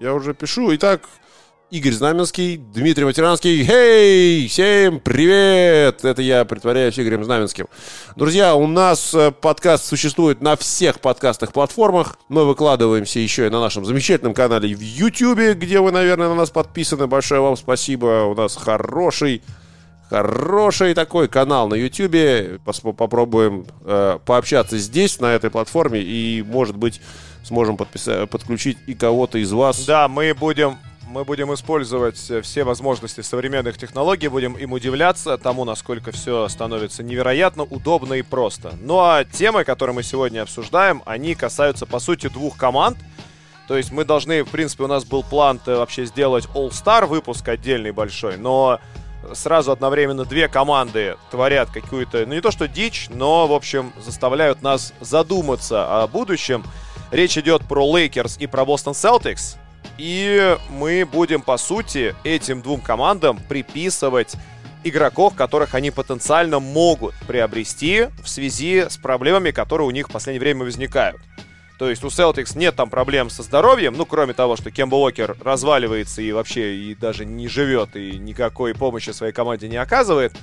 Я уже пишу. Итак, Игорь Знаменский, Дмитрий Матеранский. Хей! Всем привет! Это я притворяюсь Игорем Знаменским. Друзья, у нас подкаст существует на всех подкастных платформах. Мы выкладываемся еще и на нашем замечательном канале в YouTube, где вы, наверное, на нас подписаны. Большое вам спасибо. У нас хороший такой канал на YouTube. Попробуем пообщаться здесь, на этой платформе. И, может быть, сможем подключить и кого-то из вас. Да, мы будем использовать все возможности современных технологий, будем им удивляться тому, насколько все становится невероятно удобно и просто. Ну а темы, которые мы сегодня обсуждаем, они касаются, по сути, двух команд. То есть мы должны, в принципе, у нас был план вообще сделать All-Star выпуск отдельный большой, но сразу одновременно две команды творят какую-то, ну не то что дичь, но, в общем, заставляют нас задуматься о будущем. Речь идет про Lakers и про Boston Celtics. И мы будем, по сути, этим двум командам приписывать игроков, которых они потенциально могут приобрести в связи с проблемами, которые у них в последнее время возникают. То есть у Celtics нет там проблем со здоровьем, ну, кроме того, что Кемба Уокер разваливается и вообще и даже не живет, и никакой помощи своей команде не оказывает.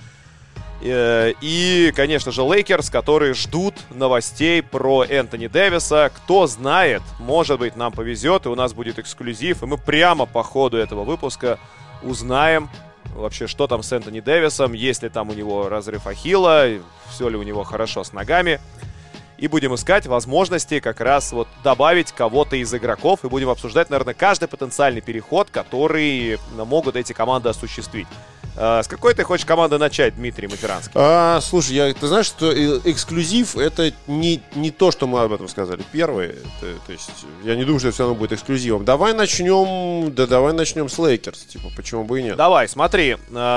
И, конечно же, Лейкерс, которые ждут новостей про Энтони Дэвиса. Кто знает, может быть, нам повезет, и у нас будет эксклюзив, и мы прямо по ходу этого выпуска узнаем вообще, что там с Энтони Дэвисом, есть ли там у него разрыв ахилла, все ли у него хорошо с ногами. И будем искать возможности как раз вот добавить кого-то из игроков, и будем обсуждать, наверное, каждый потенциальный переход, который могут эти команды осуществить. С какой ты хочешь команды начать, Дмитрий Матеранский? Слушай, ты знаешь, что эксклюзив — это не то, что мы об этом сказали первые. То есть я не думаю, что это все равно будет эксклюзивом. Давай начнем с Лейкерс. Типа, почему бы и нет? Давай, смотри,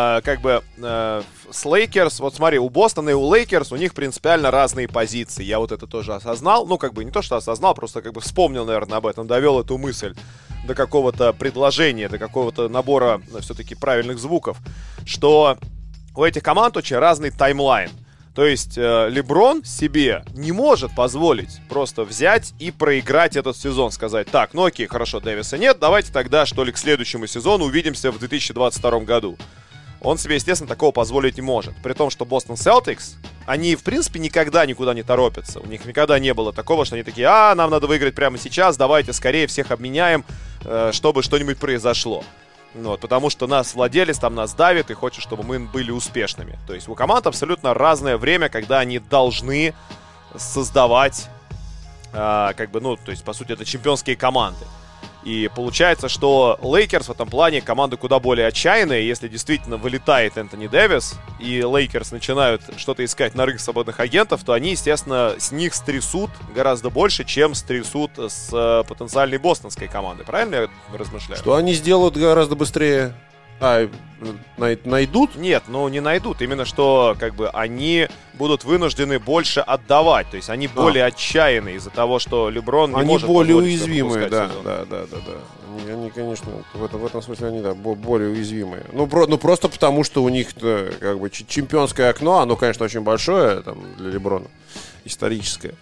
с Лейкерс, вот смотри, у Бостона и у Лейкерс у них принципиально разные позиции. Я вот это тоже осознал. Ну, как бы не то, что осознал, просто как бы вспомнил, наверное, об этом, довел эту мысль до какого-то предложения, до какого-то набора все-таки правильных звуков, что у этих команд очень разный таймлайн. То есть Леброн себе не может позволить просто взять и проиграть этот сезон, сказать: так, ну окей, хорошо, Дэвиса нет, давайте тогда, что ли, к следующему сезону увидимся в 2022 году. Он себе, естественно, такого позволить не может. При том, что Boston Celtics, они, в принципе, никогда никуда не торопятся. У них никогда не было такого, что они такие: нам надо выиграть прямо сейчас, давайте скорее всех обменяем, чтобы что-нибудь произошло. Вот, потому что нас владелец там нас давит и хочет, чтобы мы были успешными. То есть у команд абсолютно разное время, когда они должны создавать, то есть, по сути, это чемпионские команды. И получается, что Лейкерс в этом плане команда куда более отчаянная. Если действительно вылетает Энтони Дэвис, и Лейкерс начинают что-то искать на рынке свободных агентов, то они, естественно, с них стрясут гораздо больше, чем стрясут с потенциальной бостонской командой. Правильно я размышляю? Что они сделают гораздо быстрее? Найдут? Нет, не найдут. Именно что, как бы, они будут вынуждены больше отдавать. То есть они более отчаянные из-за того, что Леброн не может более уязвимые, да. сезон. Они, конечно, в этом смысле они, более уязвимые. Ну, просто потому, что у них, как бы, чемпионское окно, оно, конечно, очень большое там для Леброна, историческое.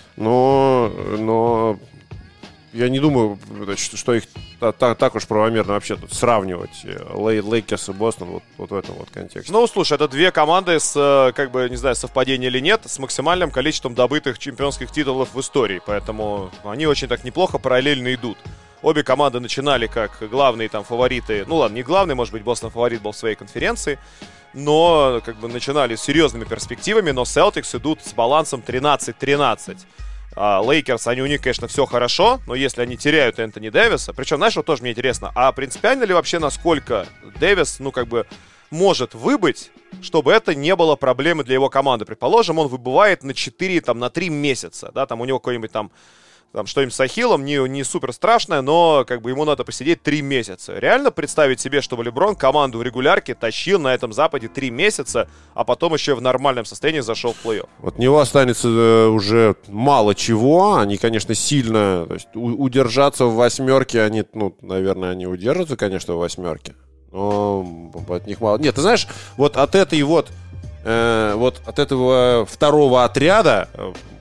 Но я не думаю, что их так уж правомерно вообще тут сравнивать. Лейкерс и Бостон вот в этом вот контексте. Ну, слушай, это две команды с, как бы, не знаю, совпадение или нет, с максимальным количеством добытых чемпионских титулов в истории. Поэтому они очень так неплохо параллельно идут. Обе команды начинали как главные там фавориты. Ну ладно, не главный, может быть, Бостон фаворит был в своей конференции. Но как бы начинали с серьезными перспективами. Но Celtics идут с балансом 13-13. Лейкерс, у них, конечно, все хорошо, но если они теряют Энтони Дэвиса, причем, знаешь, вот тоже мне интересно, а принципиально ли вообще, насколько Дэвис, может выбыть, чтобы это не было проблемой для его команды? Предположим, он выбывает на 4, на 3 месяца, да, там у него какой-нибудь там что-нибудь с ахиллом, не супер страшное, но как бы ему надо посидеть 3 месяца. Реально представить себе, чтобы Леброн команду в регулярке тащил на этом Западе 3 месяца, а потом еще в нормальном состоянии зашел в плей-офф? От него останется уже мало чего. Они, конечно, сильно, то есть, удержаться в восьмерке, они, наверное, они удержатся, конечно, в восьмерке. Но от них мало. Нет, ты знаешь, вот от этого второго отряда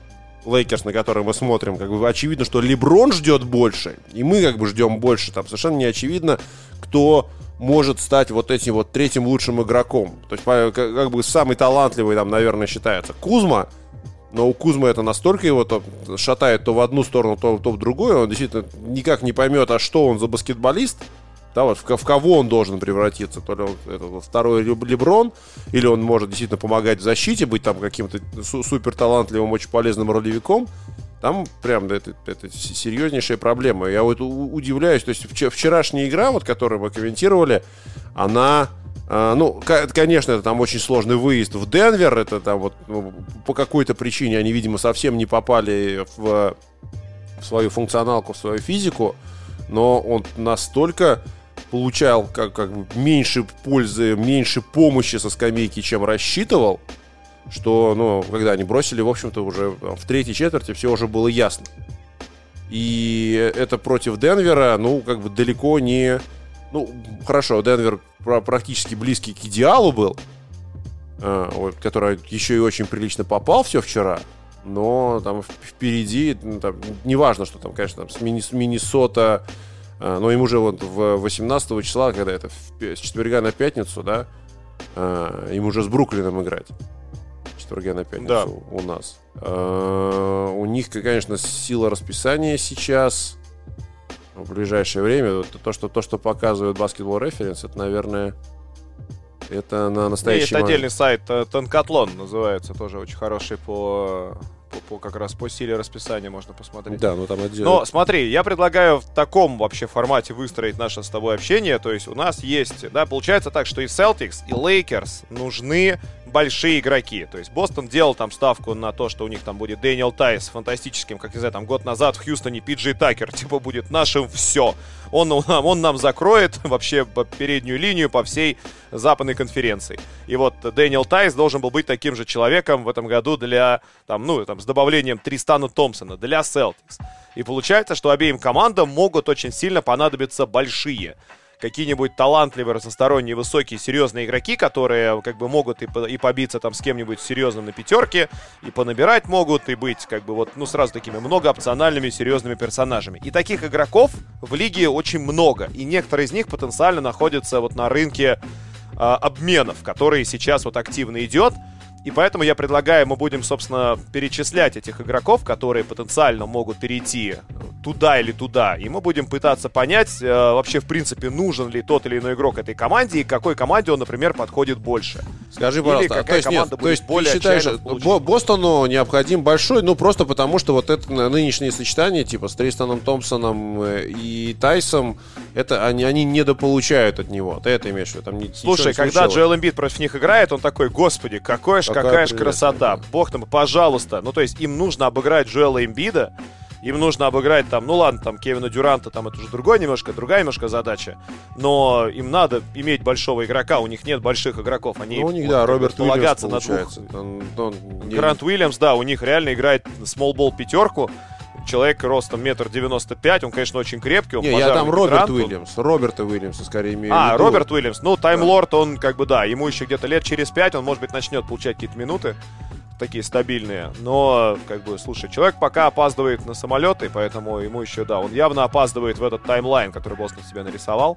Лейкерс, на который мы смотрим, как бы очевидно, что Леброн ждет больше, и мы как бы ждем больше. Там совершенно не очевидно, кто может стать вот этим вот третьим лучшим игроком. То есть как бы самый талантливый там, наверное, считается Кузма, но у Кузмы это настолько его шатает то в одну сторону, то в другую, он действительно никак не поймет, а что он за баскетболист. Да, вот в кого он должен превратиться? То ли он вот второй Леброн, или он может действительно помогать в защите, быть там каким-то супер талантливым, очень полезным ролевиком. Там прям это серьезнейшая проблема. Я вот удивляюсь. То есть вчерашняя игра, вот, которую мы комментировали, она... Ну, конечно, это там очень сложный выезд в Денвер. Это там вот по какой-то причине они, видимо, совсем не попали в свою функционалку, в свою физику. Но он настолько получал как бы меньше пользы, меньше помощи со скамейки, чем рассчитывал, что, ну, когда они бросили, в общем-то, уже в третьей четверти все уже было ясно. И это против Денвера, ну, как бы далеко не... Ну, хорошо, Денвер практически близкий к идеалу был, который еще и очень прилично попал все вчера, но там впереди, ну, там, неважно, что там, конечно, там, с Миннесота... Но им уже вот в 18 числа, когда это с четверга на пятницу, да, им уже с Бруклином играть. С четверга на пятницу, да. У нас. У них, конечно, сила расписания сейчас в ближайшее время. То, что показывает Basketball Reference, это, наверное, это на настоящий момент. Есть отдельный сайт, Танкатлон называется, тоже очень хороший как раз по силе расписания можно посмотреть. Да, ну там отдельно. Но смотри, я предлагаю в таком вообще формате выстроить наше с тобой общение. То есть у нас есть, да, получается так, что и Celtics, и Lakers нужны большие игроки. То есть Бостон делал там ставку на то, что у них там будет Дэниел Тайс фантастическим, как не знаю, там год назад в Хьюстоне Пиджей Такер, типа будет нашим все. Он нам закроет вообще переднюю линию по всей западной конференции. И вот Дэниел Тайс должен был быть таким же человеком в этом году для, там, ну, там, с добавлением Тристана Томпсона для Celtics. И получается, что обеим командам могут очень сильно понадобиться большие, какие-нибудь талантливые, разносторонние, высокие, серьезные игроки, которые как бы могут и побиться там с кем-нибудь серьезным на пятерке, и понабирать могут, и быть как бы вот, ну, сразу такими многоопциональными, серьезными персонажами. И таких игроков в лиге очень много, и некоторые из них потенциально находятся вот на рынке обменов, который сейчас вот активно идет. И поэтому я предлагаю, мы будем, собственно, перечислять этих игроков, которые потенциально могут перейти туда или туда. И мы будем пытаться понять, вообще, в принципе, нужен ли тот или иной игрок этой команде, и к какой команде он, например, подходит больше. Скажи, пожалуйста, какая команда будет более ты считаешь, Бостону необходим большой, ну, просто потому, что вот это нынешнее сочетание, типа, с Тристаном Томпсоном и Тайсом, это они недополучают от него. Ты это имеешь в виду? Там слушай, когда Джоэл Эмбит против них играет, он такой: господи, какая ж красота, бог там, пожалуйста. Ну, то есть им нужно обыграть Джоэла Эмбида, им нужно обыграть там, ну ладно, там Кевина Дюранта, там это уже другая немножко задача, но им надо иметь большого игрока, у них нет больших игроков, они у них, да, Роберт Уильямс на двух. Грант Уильямс, да, у них реально играет смолбол пятерку. Человек ростом 1,95 м, он, конечно, очень крепкий. Он я там Роберта Уильямса скорее имею в виду. Роберт Уильямс. Ну, Таймлорд, он как бы, да, ему еще где-то лет через 5, он, может быть, начнет получать какие-то минуты такие стабильные. Но, как бы, слушай, человек пока опаздывает на самолеты, поэтому ему еще, да, он явно опаздывает в этот таймлайн, который Бостон себе нарисовал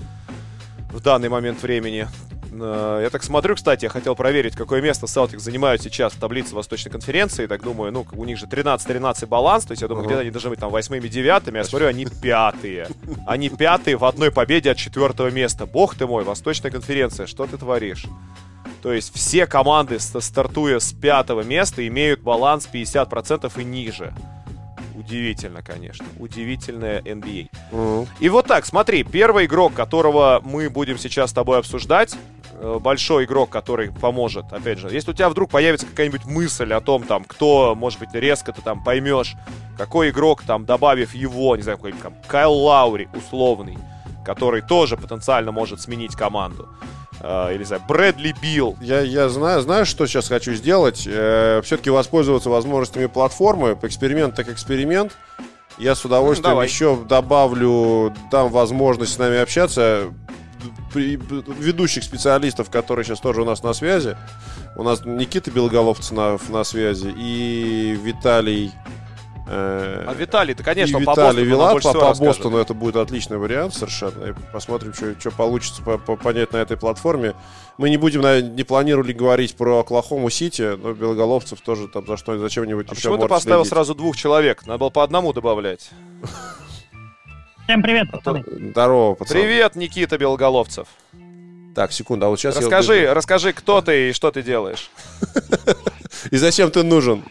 в данный момент времени. Я так смотрю, кстати, я хотел проверить, какое место Celtics занимают сейчас в таблице Восточной конференции. Так думаю, ну, у них же 13-13 баланс, то есть я думаю, где-то они должны быть там 8-ми, 9-ми. Я смотрю, они пятые. Они пятые в одной победе от 4-го места. Бог ты мой, Восточная конференция, что ты творишь? То есть все команды, стартуя с 5-го места, имеют баланс 50% и ниже. Удивительно, конечно. Удивительная NBA. И вот так, смотри, первый игрок, которого мы будем сейчас с тобой обсуждать, большой игрок, который поможет, опять же, если у тебя вдруг появится какая-нибудь мысль о том, там, кто, может быть, резко ты там поймешь, какой игрок, там, добавив его, не знаю, какой-нибудь там Кайл Лаури условный, который тоже потенциально может сменить команду. Или, не знаю, Брэдли Билл. Я знаю, что сейчас хочу сделать. Все-таки воспользоваться возможностями платформы. Эксперимент так эксперимент. Я с удовольствием еще добавлю, дам возможность с нами общаться. ведущих специалистов, которые сейчас тоже у нас на связи. У нас Никита Белоголовцев на связи и Виталий... Виталий-то, конечно, и по Виталий Бостону Вилат, по Бостону это будет отличный вариант совершенно. И посмотрим, что получится понять на этой платформе. Мы не планировали говорить про Оклахому Сити, но Белоголовцев тоже там зачем-нибудь еще почему может ты поставил следить. сразу 2 человек? Надо было по одному добавлять. Всем привет, пацаны. Здорово, пацаны. Привет, Никита Белоголовцев. Так, секунду, а вот сейчас Расскажи, кто ты и что ты делаешь. И зачем ты нужен?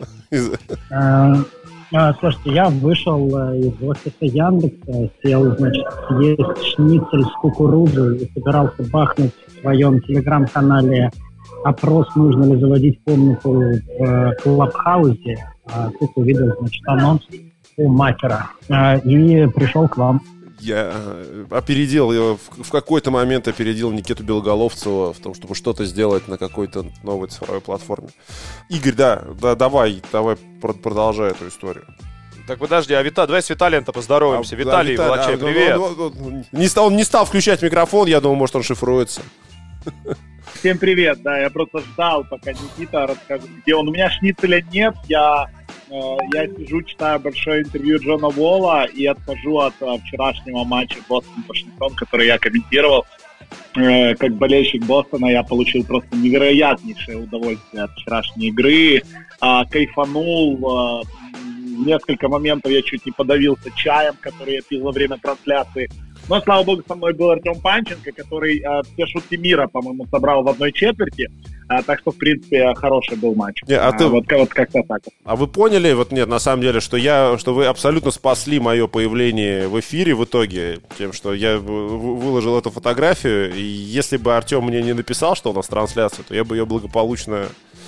Слушайте, я вышел из офиса Яндекса, сел, значит, есть шницель с кукурузой и собирался бахнуть в своем телеграм-канале опрос, нужно ли заводить комнату в Клабхаузе. Тут увидел, значит, анонс у матера и пришел к вам. Я опередил, в какой-то момент опередил Никиту Белоголовцева в том, чтобы что-то сделать на какой-то новой цифровой платформе. Игорь, давай продолжай эту историю. Так подожди, давай с Виталием-то поздороваемся. Виталий, Волочай, привет. Он не стал включать микрофон, я думал, может, он шифруется. Всем привет, да, я просто ждал, пока Никита расскажет, где он. У меня шницеля нет, я сижу, читаю большое интервью Джона Уолла и отхожу от вчерашнего матча Бостон-Вашингтон, который я комментировал. Как болельщик Бостона я получил просто невероятнейшее удовольствие от вчерашней игры, кайфанул, несколько моментов я чуть не подавился чаем, который я пил во время трансляции. Но, слава богу, со мной был Артем Панченко, который все шутки мира, по-моему, собрал в одной четверти. Так что, в принципе, хороший был матч. Вот как-то так. А вы поняли, нет, на самом деле, что вы абсолютно спасли мое появление в эфире в итоге, тем, что я выложил эту фотографию, и если бы Артем мне не написал, что у нас трансляция, то я бы ее благополучно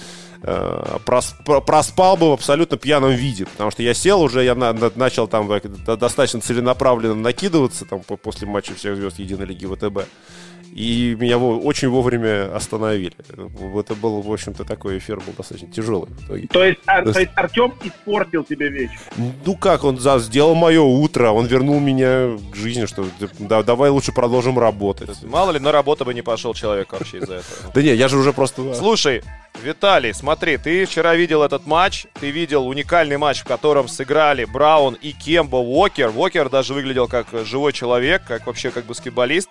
проспал бы в абсолютно пьяном виде, потому что я сел уже, я начал там достаточно целенаправленно накидываться там после матча всех звезд Единой Лиги ВТБ, и меня очень вовремя остановили. Это был, в общем-то, такой эфир был достаточно тяжелый в итоге. То есть Артем испортил тебе вечер? Ну как, он сделал мое утро, он вернул меня к жизни, что давай лучше продолжим работать. Мало ли, на работу бы не пошел человек вообще из-за этого. Да не, я же уже просто... Слушай, Виталий, смотри, ты вчера видел этот матч, ты видел уникальный матч, в котором сыграли Браун и Кемба Уокер. Уокер даже выглядел как живой человек, как баскетболист.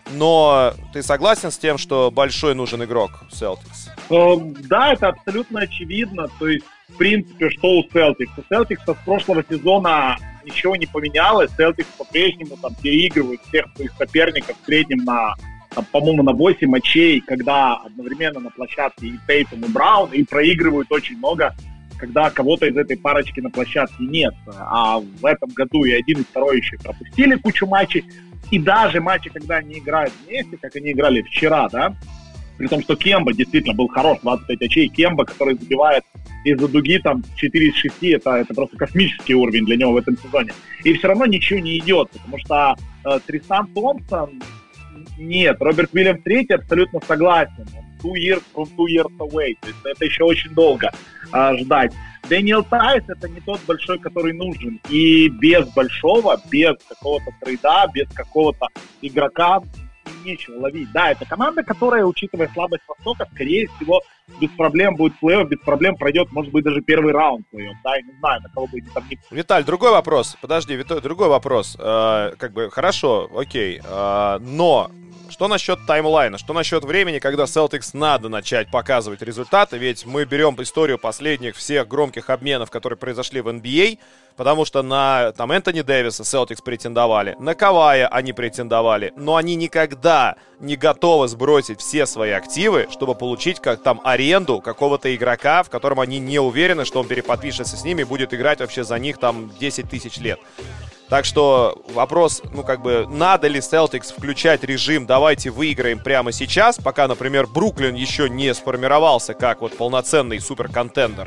Но ты согласен с тем, что большой нужен игрок в Celtics? Да, это абсолютно очевидно. То есть, в принципе, что у Celtics? У Celtics с прошлого сезона ничего не поменялось. Celtics по-прежнему там переигрывают всех своих соперников в среднем по-моему, на 8 матчей, когда одновременно на площадке и Тейтум, и Браун, и проигрывают очень много, когда кого-то из этой парочки на площадке нет. А в этом году и один, и второй еще пропустили кучу матчей. И даже матчи, когда они играют вместе, как они играли вчера, да, при том, что Кемба действительно был хорош, 25 очей. Кемба, который забивает из-за дуги там 4 из 6, это просто космический уровень для него в этом сезоне. И все равно ничего не идет, потому что Тристан Томпсон, нет, Роберт Уильямс III абсолютно согласен. 2 years from 2 years away. То есть это еще очень долго ждать. Дэниел Тайс — это не тот большой, который нужен. И без большого, без какого-то трейда, без какого-то игрока нечего ловить. Да, это команда, которая, учитывая слабость Востока, скорее всего, без проблем будет в плей-офф, без проблем пройдет, может быть, даже первый раунд плей-офф. Да, я не знаю, на кого будет там... Виталь, другой вопрос. Подожди, другой вопрос. Хорошо, окей. Но... Что насчет таймлайна? Что насчет времени, когда Celtics надо начать показывать результаты? Ведь мы берем историю последних всех громких обменов, которые произошли в NBA, потому что на Энтони Дэвиса Celtics претендовали, на Кавая они претендовали, но они никогда не готовы сбросить все свои активы, чтобы получить аренду какого-то игрока, в котором они не уверены, что он переподпишется с ними и будет играть вообще за них 10 тысяч лет. Так что вопрос, надо ли Celtics включать режим «давайте выиграем прямо сейчас», пока, например, Бруклин еще не сформировался как полноценный суперконтендер.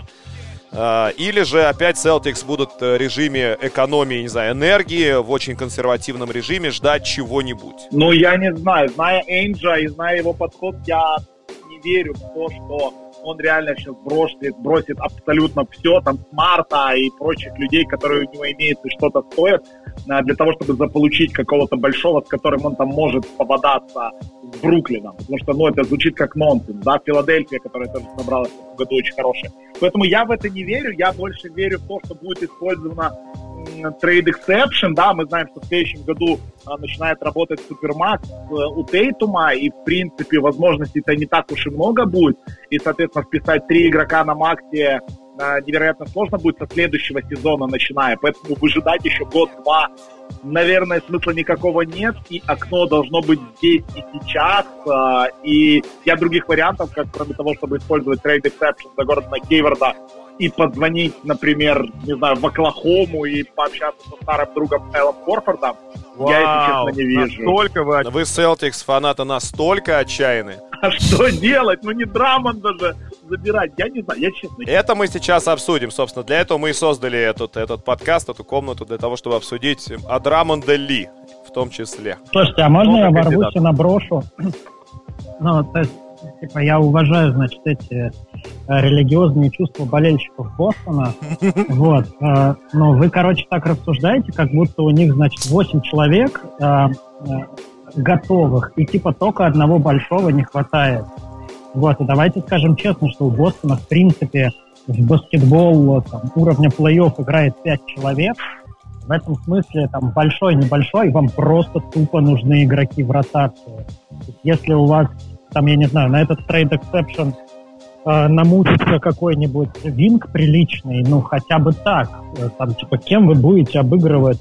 Или же опять Celtics будут в режиме экономии, энергии, в очень консервативном режиме ждать чего-нибудь. Я не знаю. Зная Эйнджа и зная его подход, я не верю в то, что он реально сейчас бросит абсолютно все, там, Смарта и прочих людей, которые у него имеются, что-то стоят, для того, чтобы заполучить какого-то большого, с которым он там может попадаться с Бруклином. Потому что, ну, это звучит как нонсенс, да, Филадельфия, которая тоже собралась в этом году, очень хорошая. Поэтому я в это не верю, я больше верю в то, что будет использовано trade exception, да, мы знаем, что в следующем году начинает работать Супермакс у Тейтума, и, в принципе, возможностей-то не так уж и много будет, и, соответственно, вписать 3 игрока на Максе невероятно сложно будет со следующего сезона начиная, поэтому выжидать еще год-два, наверное, смысла никакого нет, и окно должно быть здесь и сейчас, и я других вариантов, как кроме того, чтобы использовать trade exception за Гордона Хейварда и позвонить, например, не знаю, в Оклахому и пообщаться со старым другом Элом Хорфордом, я, если честно, не вижу. Настолько вы Celtics фанаты настолько отчаянны. А что делать? Ну не Драмонда же забирать, я не знаю, я честно. Это мы сейчас обсудим, собственно, для этого мы и создали этот подкаст, эту комнату, для того, чтобы обсудить о Драмонде Ли, в том числе. Слушайте, а можно я ворвусь и наброшу? Ну, то есть, типа, я уважаю, значит, эти религиозные чувства болельщиков Бостона. Вот. Но вы, короче, так рассуждаете, как будто у них, значит, 8 человек готовых, и типа только одного большого не хватает. Вот. И давайте скажем честно, что у Бостона, в принципе, в баскетбол там, уровня плей-офф играет 5 человек. В этом смысле, там, большой, небольшой, вам просто тупо нужны игроки в ротацию. Если у вас, там, я не знаю, на этот trade exception намутится какой-нибудь винг приличный, ну, хотя бы так. Там, типа, кем вы будете обыгрывать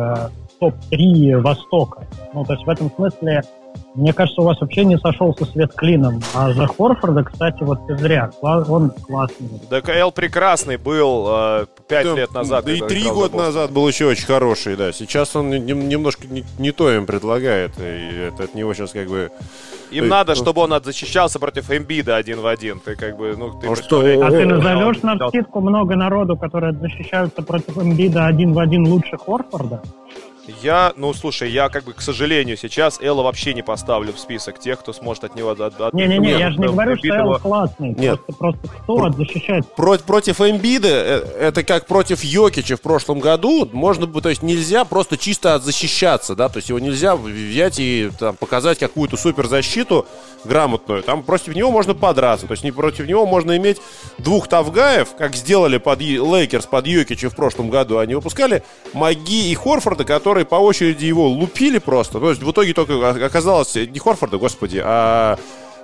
топ-3 Востока? Ну, то есть в этом смысле, мне кажется, у вас вообще не сошелся свет клином. А за Хорфорда, кстати, вот ты зря. Он классный. Да, КЛ прекрасный был 5 лет назад. Да и 3 года назад был еще очень хороший, да. Сейчас он немножко не то им предлагает. И это от него сейчас как бы... Им надо, чтобы он защищался против Эмбида 1 в 1. Ты как бы, ну, ты... А ты назовешь на вскидку много народу, которые защищаются против Эмбида 1 в 1 лучше Хорфорда? Слушай, я как бы, к сожалению, сейчас Элла вообще не поставлю в список тех, кто сможет от него... Не-не-не, я же не говорю, что Элла классный. Нет. Просто кто защищает? Против Эмбида, это как против Йокича в прошлом году, можно бы, то есть нельзя просто чисто защищаться, да, то есть его нельзя взять и там, показать какую-то суперзащиту грамотную, там против него можно подраться, то есть не против него можно иметь 2 тавгаев, как сделали под Лейкерс, под Йокича в прошлом году, они выпускали Маги и Хорфорда, которые по очереди его лупили просто. То есть в итоге только оказалось не Хорфорда, господи, а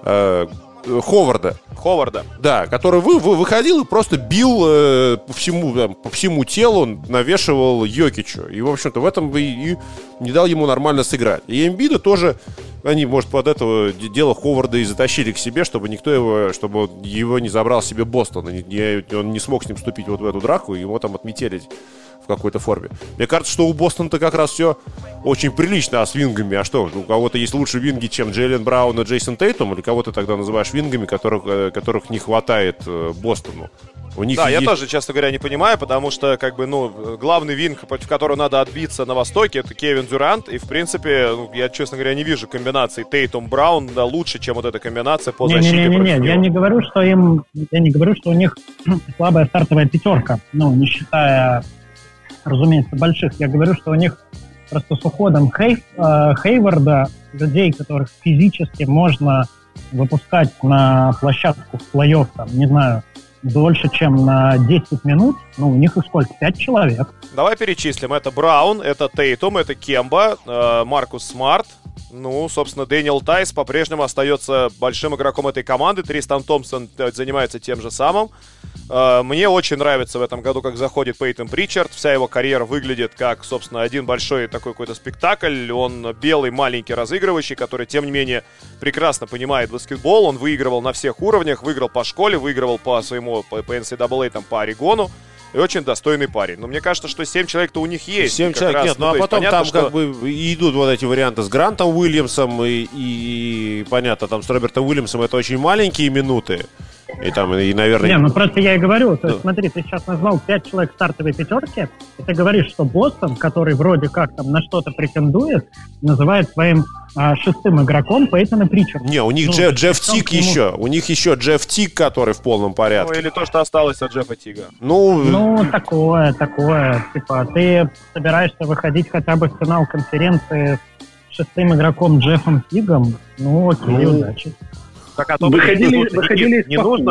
Ховарда. Да, который выходил и просто бил по всему телу, навешивал Йокичу. И, в общем-то, в этом и не дал ему нормально сыграть. И Эмбида тоже, они, может, под этого дело Ховарда и затащили к себе, чтобы его не забрал себе Бостон. Он не смог с ним вступить вот в эту драку, и его там отметили в какой-то форме. Мне кажется, что у Бостона-то как раз все очень прилично, с вингами. А что, у кого-то есть лучше винги, чем Джейлен Браун и Джейсон Тейтум? Или кого ты тогда называешь вингами, которых не хватает Бостону? У них я тоже, честно говоря, не понимаю, потому что, как бы, главный винг, против которого надо отбиться на Востоке, это Кевин Дюрант. И, в принципе, я, честно говоря, не вижу комбинации Тейтум-Браун лучше, чем вот эта комбинация по защите против него. Я не говорю, что у них слабая стартовая пятерка, не считая, разумеется, больших. Я говорю, что у них просто с уходом Хейварда, людей, которых физически можно выпускать на площадку в плей-офф, там, не знаю, дольше, чем на 10 минут, у них их сколько? 5 человек. Давай перечислим. Это Браун, это Тейтум, это Кемба, Маркус Смарт. Собственно, Дэниел Тайс по-прежнему остается большим игроком этой команды. Тристан Томпсон занимается тем же самым. Мне очень нравится в этом году, как заходит Пейтон Причард. Вся его карьера выглядит как, собственно, один большой такой какой-то спектакль. Он белый, маленький разыгрывающий, который, тем не менее, прекрасно понимает баскетбол. Он выигрывал на всех уровнях. Выиграл по школе, выигрывал по своему, по NCAA, там, по Орегону. И очень достойный парень. Но мне кажется, что 7 человек-то у них есть. 7 человек нет, а потом понятно, там что... как бы идут вот эти варианты с Грантом Уильямсом и понятно, там с Робертом Уильямсом это очень маленькие минуты. И там, и, наверное... Не, ну просто я и говорю, то есть смотри, ты сейчас назвал 5 человек стартовой пятерки, и ты говоришь, что Бостон, который вроде как там на что-то претендует, называет своим шестым игроком Пейтона Причарда. Не, у них Джефф Тиг еще. У них еще Джефф Тиг, который в полном порядке. Ну, или то, что осталось от Джеффа Тига. Ну, такое. Типа, ты собираешься выходить хотя бы в финал конференции с шестым игроком Джеффом Тигом? Ну, окей, удачи. Так, а то выходили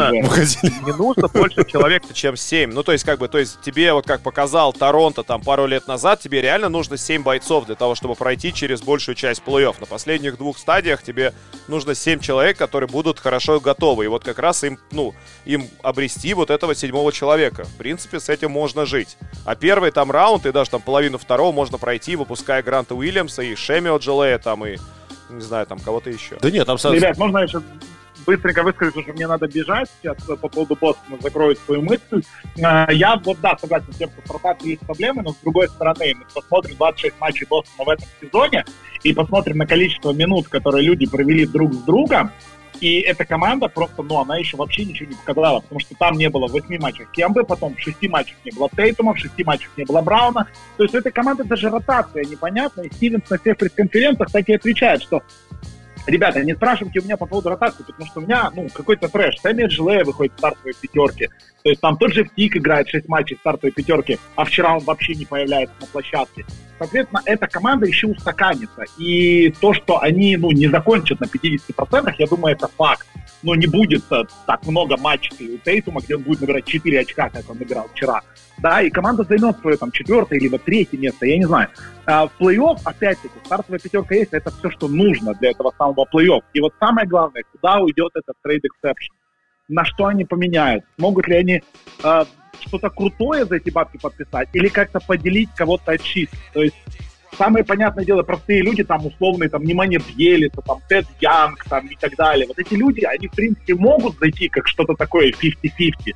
не нужно больше человек, чем 7. Ну, то есть тебе, вот как показал Торонто там пару лет назад, тебе реально нужно 7 бойцов для того, чтобы пройти через большую часть плей-офф. На последних 2 стадиях тебе нужно 7 человек, которые будут хорошо готовы. И вот как раз им обрести вот этого 7-го человека. В принципе, с этим можно жить. А первый там раунд и даже там половину второго можно пройти, выпуская Гранта Уильямса и Шеми О'Джилея там и, не знаю, там кого-то еще. Да нет, там... Ребят, можно я сейчас быстренько выскажу, потому что мне надо бежать сейчас по поводу Бостона, закрою свою мысль. Я согласен с тем, что в ротации есть проблемы, но с другой стороны, мы посмотрим 26 матчей Бостона в этом сезоне и посмотрим на количество минут, которые люди провели друг с другом, и эта команда просто, она еще вообще ничего не показала, потому что там не было в 8 матчах Кембы, потом в 6 матчах не было Тейтума, в 6 матчах не было Брауна. То есть у этой команды даже ротация непонятна, и Стивенс на всех пресс-конференциях так и отвечает, что ребята, не спрашивайте у меня по поводу ротации, потому что у меня, какой-то трэш. Шеми О'Джилея выходит в стартовой пятерке. То есть там тот же Тик играет 6 матчей в стартовой пятерке, а вчера он вообще не появляется на площадке. Соответственно, эта команда еще устаканится. И то, что они, не закончат на 50%, я думаю, это факт. Но не будет так много матчей у Тейтума, где он будет набирать 4 очка, как он набирал вчера. Да, и команда займет свое там 4-е либо 3-е место, я не знаю. В плей-офф, опять-таки, стартовая пятерка есть, это все, что нужно для этого самого плей-офф. И вот самое главное, куда уйдет этот трейд эксепшн? На что они поменяют? Смогут ли они что-то крутое за эти бабки подписать или как-то поделить кого-то от чист? То есть самое понятное дело, простые люди, там условные, там Немanja Бьелица, там Тед Янг, там и так далее. Вот эти люди, они в принципе могут зайти как что-то такое 50-50.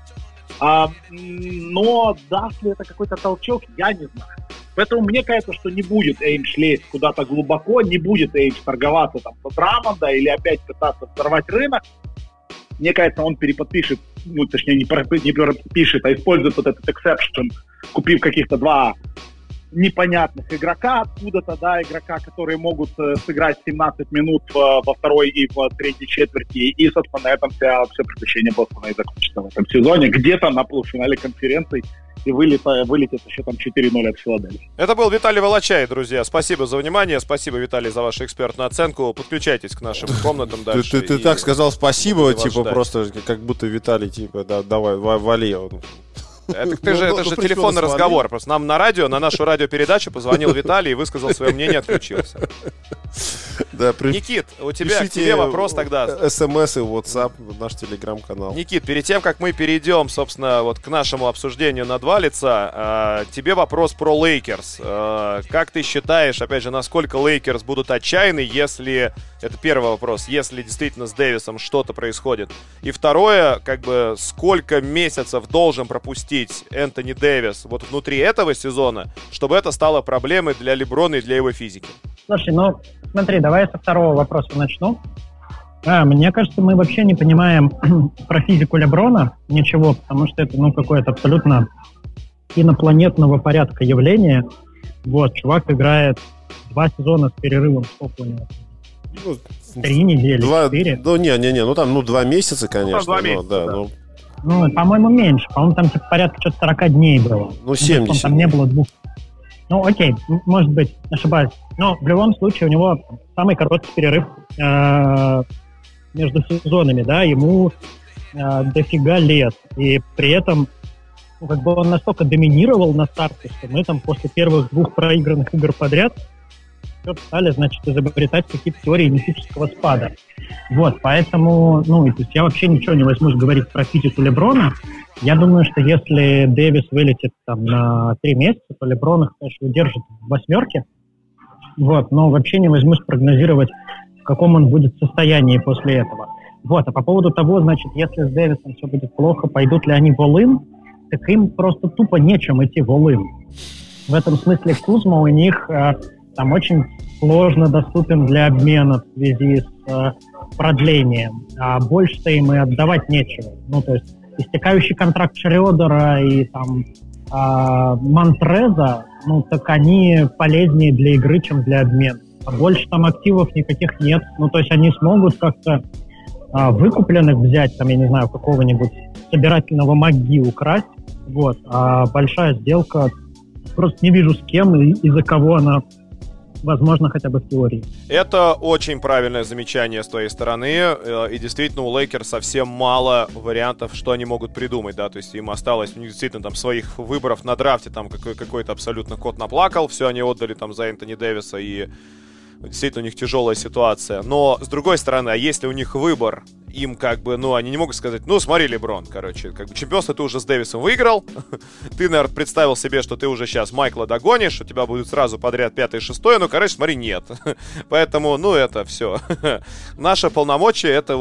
Но даст ли это какой-то толчок, я не знаю. Поэтому мне кажется, что не будет Эймс лезть куда-то глубоко, не будет Эймс торговаться там по Драмонда или опять пытаться взорвать рынок. Мне кажется, он переподпишет, точнее не переподпишет, а использует вот этот эксепшн, купив каких-то 2 непонятных игрока откуда-то, игрока, которые могут сыграть 17 минут во второй и в третьей четверти, и, собственно, на этом все приключение Бостона и закончится в этом сезоне, где-то на полуфинале конференции, и вылетит еще там 4-0 от Филадельфии. Это был Виталий Волочай, друзья. Спасибо за внимание, спасибо, Виталий, за вашу экспертную оценку. Подключайтесь к нашим комнатам дальше. Ты так сказал спасибо, просто как будто Виталий, давай, вали. Это же телефонный разговор. Просто нам на радио, на нашу радиопередачу позвонил Виталий и высказал свое мнение, отключился. Никит, у тебя к тебе вопрос тогда. СМС и WhatsApp, наш телеграм-канал. Никит, перед тем, как мы перейдем, собственно, вот к нашему обсуждению на 2 лица, тебе вопрос про Лейкерс. Как ты считаешь, опять же, насколько Лейкерс будут отчаянны, если... Это первый вопрос, если действительно с Дэвисом что-то происходит. И второе, сколько месяцев должен пропустить Энтони Дэвис вот внутри этого сезона, чтобы это стало проблемой для Леброна и для его физики? Слушай, смотри, давай я со второго вопроса начну. Мне кажется, мы вообще не понимаем про физику Леброна ничего, потому что это, какое-то абсолютно инопланетного порядка явление. Вот, чувак играет 2 сезона с перерывом, сколько у него? 3 недели, 4? Там, 2 месяца, конечно. 2 месяца, да. По-моему, меньше. По-моему, там порядка 40 дней было. 70. Там не было 2. Окей, может быть, ошибаюсь. Но в любом случае у него самый короткий перерыв между сезонами, да, ему дофига лет. И при этом он настолько доминировал на старте, что мы там после первых 2 проигранных игр подряд стали, изобретать какие-то теории мифического спада. Вот, поэтому, то есть я вообще ничего не возьмусь говорить про физику Леброна. Я думаю, что если Дэвис вылетит там на 3 месяца, то Леброн их, конечно, удержит в 8. Вот, но вообще не возьмусь прогнозировать, в каком он будет состоянии после этого. Вот, а по поводу того, если с Дэвисом все будет плохо, пойдут ли они в all-in, так им просто тупо нечем идти в all-in. В этом смысле Кузма у них там очень сложно доступен для обмена в связи с продлением, а больше-то им и отдавать нечего. Ну, то есть истекающий контракт Шредера и там Монтреза, ну, так они полезнее для игры, чем для обмена. А больше там активов никаких нет. Ну, то есть они смогут как-то выкупленных взять, там, я не знаю, какого-нибудь собирательного МcGee украсть, вот, а большая сделка, просто не вижу с кем и за кого она возможно, хотя бы в теории. Это очень правильное замечание с твоей стороны, и действительно у Лейкерс совсем мало вариантов, что они могут придумать, да, то есть им осталось, у них действительно там своих выборов на драфте, там какой-то абсолютно кот наплакал, все они отдали там за Энтони Дэвиса, и действительно у них тяжелая ситуация, но с другой стороны, а если у них выбор, им как бы, ну, они не могут сказать, ну, смотри, Леброн, короче, как бы чемпионство ты уже с Дэвисом выиграл, ты, наверное, представил себе, что ты уже сейчас Майкла догонишь, у тебя будет сразу подряд 5-е, 6-е, ну, короче, смотри, нет. Поэтому, ну, это все. Наши полномочия, это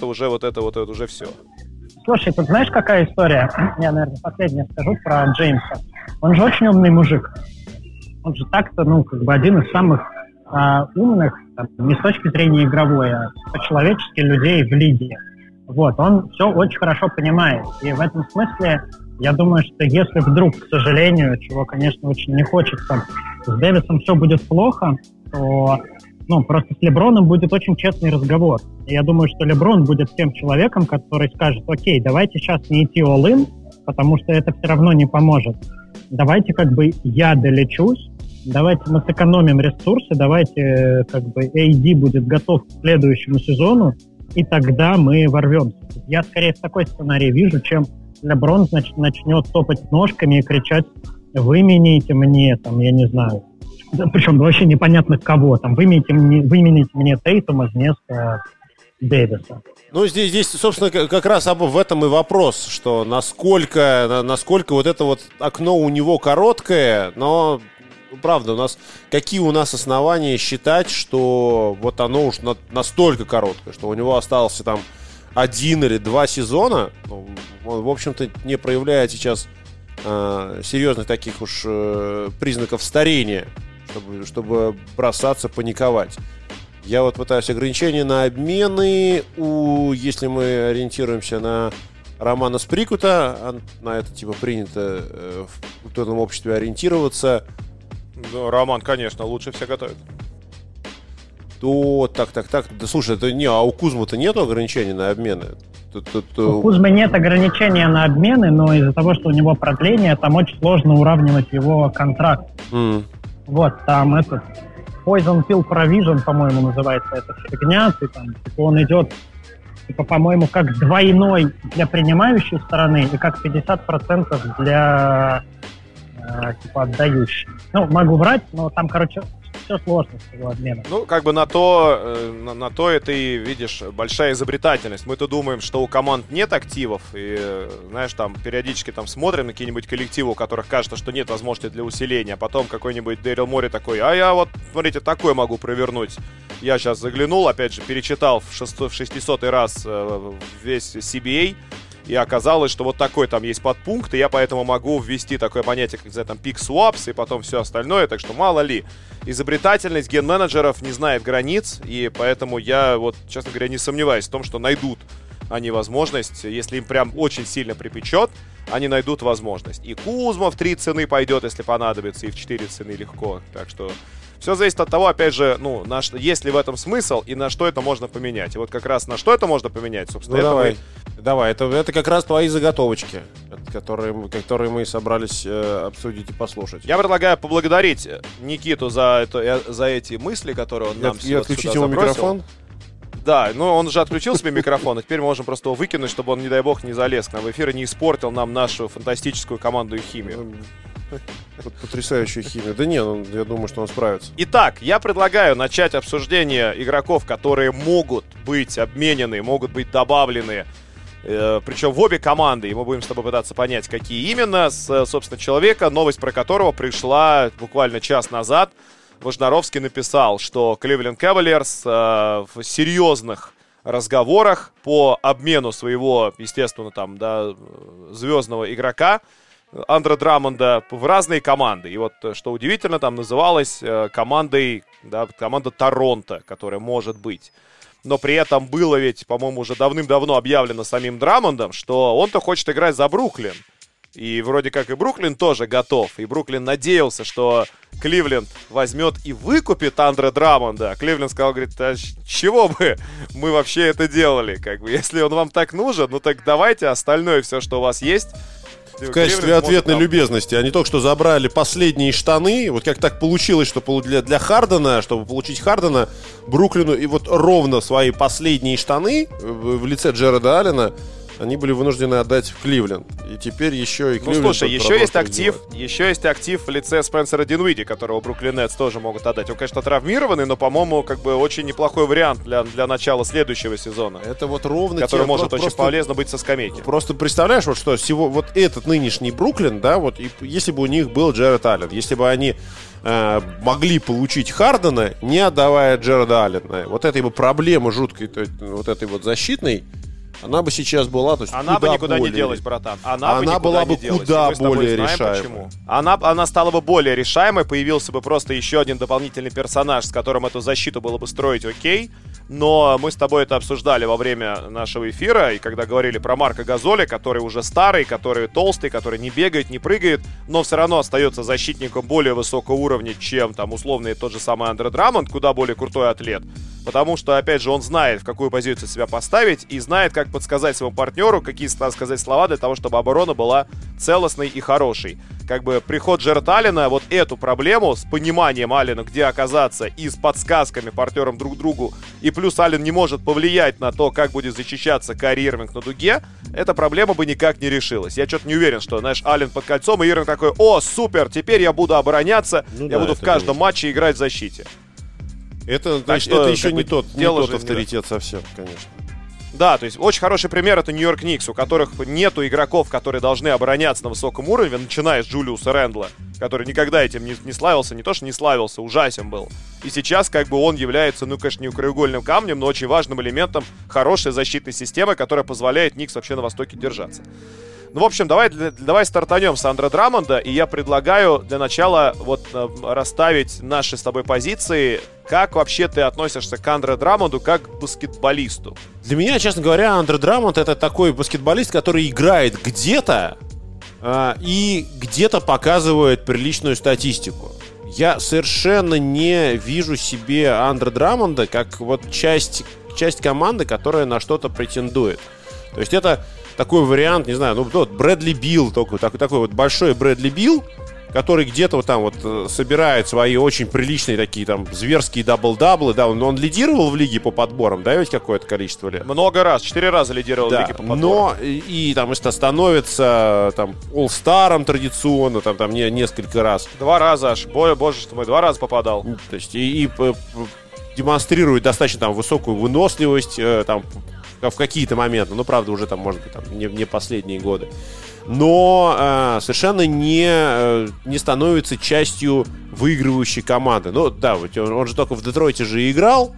уже все. Слушай, тут знаешь, какая история? Я, наверное, последнее скажу про Джеймса. Он же очень умный мужик. Он же так-то, ну, как бы один из самых умных, там, не с точки зрения игровой, а по-человечески людей в лиге. Вот, он все очень хорошо понимает. И в этом смысле, я думаю, что если вдруг, к сожалению, чего, конечно, очень не хочется, с Дэвисом все будет плохо, то, ну, просто с Леброном будет очень честный разговор. И я думаю, что Леброн будет тем человеком, который скажет, окей, давайте сейчас не идти all-in, потому что это все равно не поможет. Давайте как бы я долечусь, давайте мы сэкономим ресурсы, давайте как бы AD будет готов к следующему сезону, и тогда мы ворвемся. Я скорее в такой сценарий вижу, чем Леброн, значит, начнет топать ножками и кричать: вымените мне, там, я не знаю, причем вообще непонятно кого, там, вымените мне Тейтума вместо Дэвиса. Ну, здесь, собственно, как раз в этом и вопрос, что насколько вот это вот окно у него короткое, но... Правда, какие у нас основания считать, что вот оно уж настолько короткое, что у него остался там 1 или 2 сезона, он, в общем-то, не проявляет сейчас серьезных таких уж признаков старения, чтобы бросаться, паниковать. Я вот пытаюсь ограничения на обмены, если мы ориентируемся на Романа Сприкута, на это типа принято в культурном обществе ориентироваться. Ну, Роман, конечно, лучше все готовит. То, так. Да слушай, а у Кузмы-то нету ограничений на обмены? У Кузмы нет ограничения на обмены, но из-за того, что у него продление, там очень сложно уравнивать его контракт. Вот, там этот Poison Pill Provision, по-моему, называется эта фигня. Он идет, по-моему, как двойной для принимающей стороны и как 50% для отдающий. Ну, могу врать, но там, короче, все сложно с его обменом. Ну, как бы на то это и, видишь, большая изобретательность. Мы-то думаем, что у команд нет активов, и, знаешь, там, периодически там смотрим на какие-нибудь коллективы, у которых кажется, что нет возможности для усиления, а потом какой-нибудь Дэрил Мори такой: а я вот, смотрите, такой могу провернуть. Я сейчас заглянул, опять же, перечитал в 600-й раз весь CBA, и оказалось, что вот такой там есть подпункт, и я поэтому могу ввести такое понятие, как там pick swaps и потом все остальное, так что мало ли. Изобретательность ген-менеджеров не знает границ, и поэтому я вот, честно говоря, не сомневаюсь в том, что найдут они возможность, если им прям очень сильно припечет, они найдут возможность. И Кузма в 3 цены пойдет, если понадобится, и в 4 цены легко, так что... Все зависит от того, опять же, ну, есть ли в этом смысл и на что это можно поменять. И вот как раз на что это можно поменять, собственно, ну, давай, это как раз твои заготовочки, которые мы собрались обсудить и послушать. Я предлагаю поблагодарить Никиту за эти мысли, которые он нам сюда отключить ему забросил. Микрофон? Да, ну он же отключил себе микрофон, и теперь мы можем просто его выкинуть, чтобы он, не дай бог, не залез к нам в эфир и не испортил нам нашу фантастическую командную химию. Потрясающая химия. Да не, я думаю, что он справится. Итак, я предлагаю начать обсуждение игроков, которые могут быть обменены, могут быть добавлены, причем в обе команды. И мы будем с тобой пытаться понять, какие именно. Собственно, человека, новость про которого пришла буквально час назад. Вожнаровский написал, что Cleveland Cavaliers в серьезных разговорах по обмену своего, естественно, там, да, звездного игрока Андре Драмонда в разные команды. И вот, что удивительно, там называлась команда Торонто, которая может быть. но при этом было ведь, по-моему, уже давным-давно объявлено самим Драмондом, что он-то хочет играть за Бруклин. И вроде как и Бруклин тоже готов. И Бруклин надеялся, что Кливленд возьмет и выкупит Андре Драмонда. А Кливленд сказал, говорит, а чего бы мы вообще это делали? Как бы, если он вам так нужен, ну так давайте остальное все, что у вас есть. В качестве ответной любезности. Они только что забрали последние штаны. Вот как так получилось, что для Хардена, чтобы получить Хардена, Бруклину и вот ровно свои последние штаны в лице Джареда Аллена они были вынуждены отдать в Кливленд. И теперь еще и Кливленд... Ну, слушай, еще есть актив в лице Спенсера Динвиди, которого Бруклин Нетс тоже могут отдать. Он, конечно, травмированный, но, по-моему, как бы очень неплохой вариант для начала следующего сезона. Это вот ровно... Который может очень полезно быть со скамейки. Просто представляешь, вот что вот этот нынешний Бруклин, да, вот и если бы у них был Джаред Аллен, если бы они могли получить Хардена, не отдавая Джареда Аллена, вот этой бы проблемы жуткой, вот этой вот защитной, она бы сейчас была, то есть она бы никуда не делась, братан. Она была бы куда более решаемой. Она стала бы более решаемой, появился бы просто еще один дополнительный персонаж, с которым эту защиту было бы строить окей. Но мы с тобой это обсуждали во время нашего эфира, и когда говорили про Марка Газоли, который уже старый, который толстый, который не бегает, не прыгает, но все равно остается защитником более высокого уровня, чем там условный тот же самый Андре Драмонд, куда более крутой атлет. Потому что, опять же, он знает, в какую позицию себя поставить, и знает, как подсказать своему партнеру, какие сказать слова для того, чтобы оборона была целостной и хорошей. Как бы приход Джареда Аллена вот эту проблему с пониманием Аллена, где оказаться, и с подсказками партнерам друг другу, и плюс Аллен не может повлиять на то, как будет защищаться Кайри Ирвинг на дуге, эта проблема бы никак не решилась. Я что-то не уверен, что, знаешь, Аллен под кольцом, и Ирвинг такой, о, супер, теперь я буду обороняться, я буду в каждом матче играть в защите. Это еще не тот авторитет совсем, конечно. Да, то есть очень хороший пример — это Нью-Йорк Никс, у которых нету игроков, которые должны обороняться на высоком уровне, начиная с Джулиуса Рэндла, который никогда этим не славился, не то что не славился, ужасен был. И сейчас как бы он является, ну, конечно, не краеугольным камнем, но очень важным элементом хорошей защитной системы, которая позволяет Никс вообще на Востоке держаться. Ну, в общем, давай стартанем с Андре Драмонда, и я предлагаю для начала вот расставить наши с тобой позиции. Как вообще ты относишься к Андре Драмонду как к баскетболисту? Для меня, честно говоря, Андре Драмонд — это такой баскетболист, который играет где-то и где-то показывает приличную статистику. Я совершенно не вижу себе Андре Драмонда как вот часть команды, которая на что-то претендует. То есть это такой вариант, не знаю, ну вот Брэдли Билл, такой вот большой Брэдли Билл, который где-то вот там вот собирает свои очень приличные такие там зверские дабл-даблы, да, он лидировал в лиге по подборам, да, ведь какое-то количество лет? Много раз, 4 раза лидировал в лиге по подборам. Но и там если становится там All-Старом традиционно, там несколько раз. 2 раза аж, боже что мой, 2 раза попадал. То есть и демонстрирует достаточно там высокую выносливость, там в какие-то моменты, ну, правда, уже там, может быть, там, не последние годы. Но совершенно не становится частью выигрывающей команды. Ну, да, вот он же только в Детройте же играл.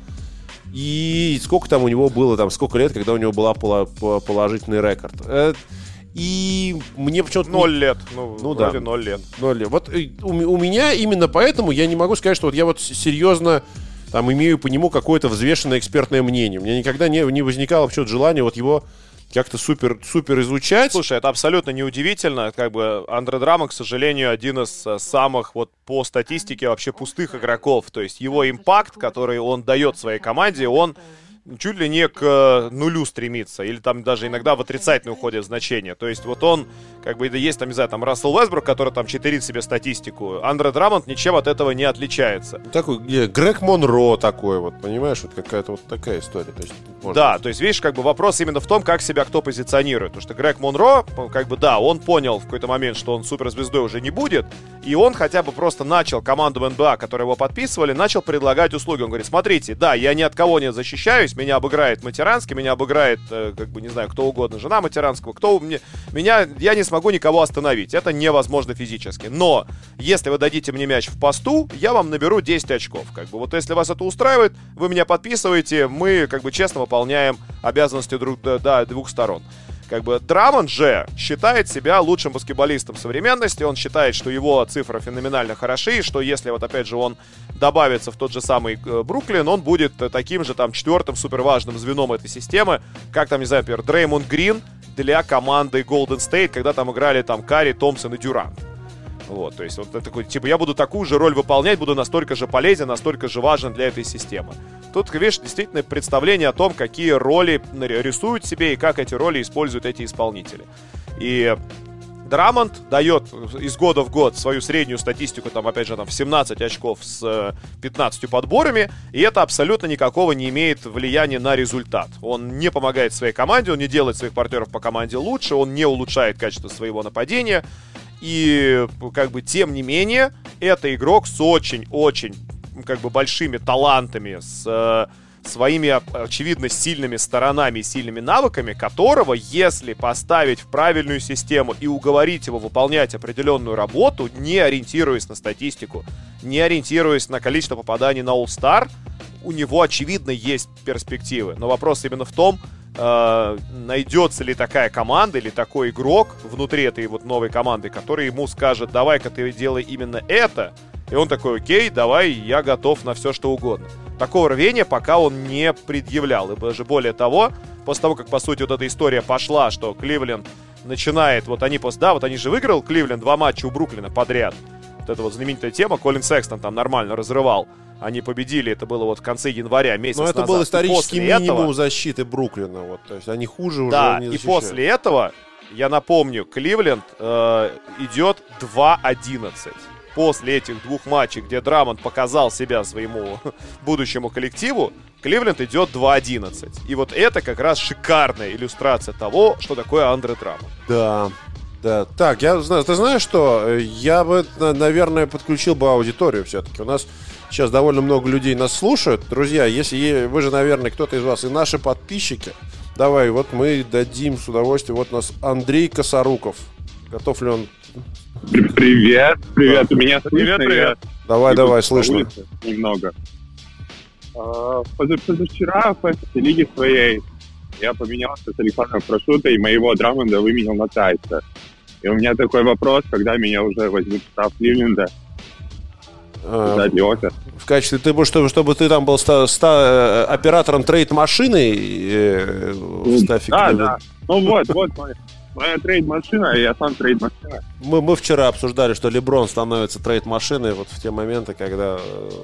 И сколько там у него было, там, сколько лет, когда у него была положительный рекорд. И мне почему-то... 0 лет. Ну да. 0 лет. 0 лет. Вот у меня именно поэтому я не могу сказать, что вот я вот серьезно там имею по нему какое-то взвешенное экспертное мнение. У меня никогда не возникало почему-то желания вот его как-то супер изучать. Слушай, это абсолютно неудивительно. Как бы Андре Драмонд, к сожалению, один из самых вот по статистике вообще пустых игроков. То есть его импакт, который он дает своей команде, он чуть ли не к нулю стремится. Или там даже иногда в отрицательное уходит значение. То есть вот он, как бы, есть там, не знаю, там Рассел Уэсбрук, который там читерит себе статистику. Андре Драмонд ничем от этого не отличается. Такой Грег Монро такой вот, понимаешь? Вот какая-то вот такая история. То есть, да, то есть, видишь, как бы вопрос именно в том, как себя кто позиционирует. Потому что Грег Монро, как бы, да, он понял в какой-то момент, что он суперзвездой уже не будет. И он хотя бы просто начал команду в НБА, которые его подписывали, начал предлагать услуги. Он говорит, смотрите, да, я ни от кого не защищаюсь, меня обыграет Матеранский, меня обыграет, как бы, не знаю, кто угодно, жена Матеранского, я не смогу никого остановить, это невозможно физически, но если вы дадите мне мяч в посту, я вам наберу 10 очков, как бы, вот если вас это устраивает, вы меня подписываете, мы, как бы, честно выполняем обязанности двух сторон. Как бы Драмонд же считает себя лучшим баскетболистом современности, он считает, что его цифры феноменально хороши, и что если вот опять же он добавится в тот же самый Бруклин, он будет таким же там четвертым суперважным звеном этой системы, как там, не знаю, например, Дреймонд Грин для команды Golden State, когда там играли там Карри, Томпсон и Дюрант. Вот, то есть вот такой, типа, я буду такую же роль выполнять, буду настолько же полезен, настолько же важен для этой системы. Тут, видишь, действительно представление о том, какие роли рисуют себе и как эти роли используют эти исполнители. И Драмонд дает из года в год свою среднюю статистику, там, опять же, там, в 17 очков с 15 подборами, и это абсолютно никакого не имеет влияния на результат. Он не помогает своей команде, он не делает своих партнеров по команде лучше, он не улучшает качество своего нападения. И, как бы, тем не менее, это игрок с очень-очень, как бы, большими талантами, с своими, очевидно, сильными сторонами и сильными навыками, которого, если поставить в правильную систему и уговорить его выполнять определенную работу, не ориентируясь на статистику, не ориентируясь на количество попаданий на All-Star, у него, очевидно, есть перспективы. Но вопрос именно в том, найдется ли такая команда или такой игрок внутри этой вот новой команды, который ему скажет: давай-ка ты делай именно это. И он такой: окей, давай, я готов на все, что угодно. Такого рвения пока он не предъявлял. И даже более того, после того, как, по сути, вот эта история пошла, что Кливленд начинает, вот они после, да, вот они же выиграл Кливленд 2 матча у Бруклина подряд. Вот эта вот знаменитая тема, Колин Секстон там нормально разрывал. Они победили, это было вот в конце января, месяц назад. Но это был исторический минимум этого, защиты Бруклина. Вот, то есть они хуже уже да, не защищают. И после этого, я напомню, Кливленд идет 2-11. После этих двух матчей, где Драмонд показал себя своему будущему коллективу, Кливленд идет 2-11. И вот это как раз шикарная иллюстрация того, что такое Андре Драмонд. Да. Да, так, я знаю, ты знаешь что? Я бы, наверное, подключил бы аудиторию все-таки. У нас сейчас довольно много людей нас слушают. Друзья, если вы же, наверное, кто-то из вас и наши подписчики, давай, вот мы дадим с удовольствием. Вот у нас Андрей Косоруков. Готов ли он? Привет, привет, у меня слышно? Привет. Давай, слышно. Немного. Позавчера в лиге своей я поменялся с Александром Прошута и моего Драмонда выменял на Тайса. И у меня такой вопрос, когда меня уже возьмут в штаб Кливленда. В качестве, ты бы, чтобы ты там был оператором трейд-машины в стафе Кливленда? Да. Ну вот моя трейд-машина, и я сам трейд-машина. Мы вчера обсуждали, что Леброн становится трейд-машиной вот в те моменты, когда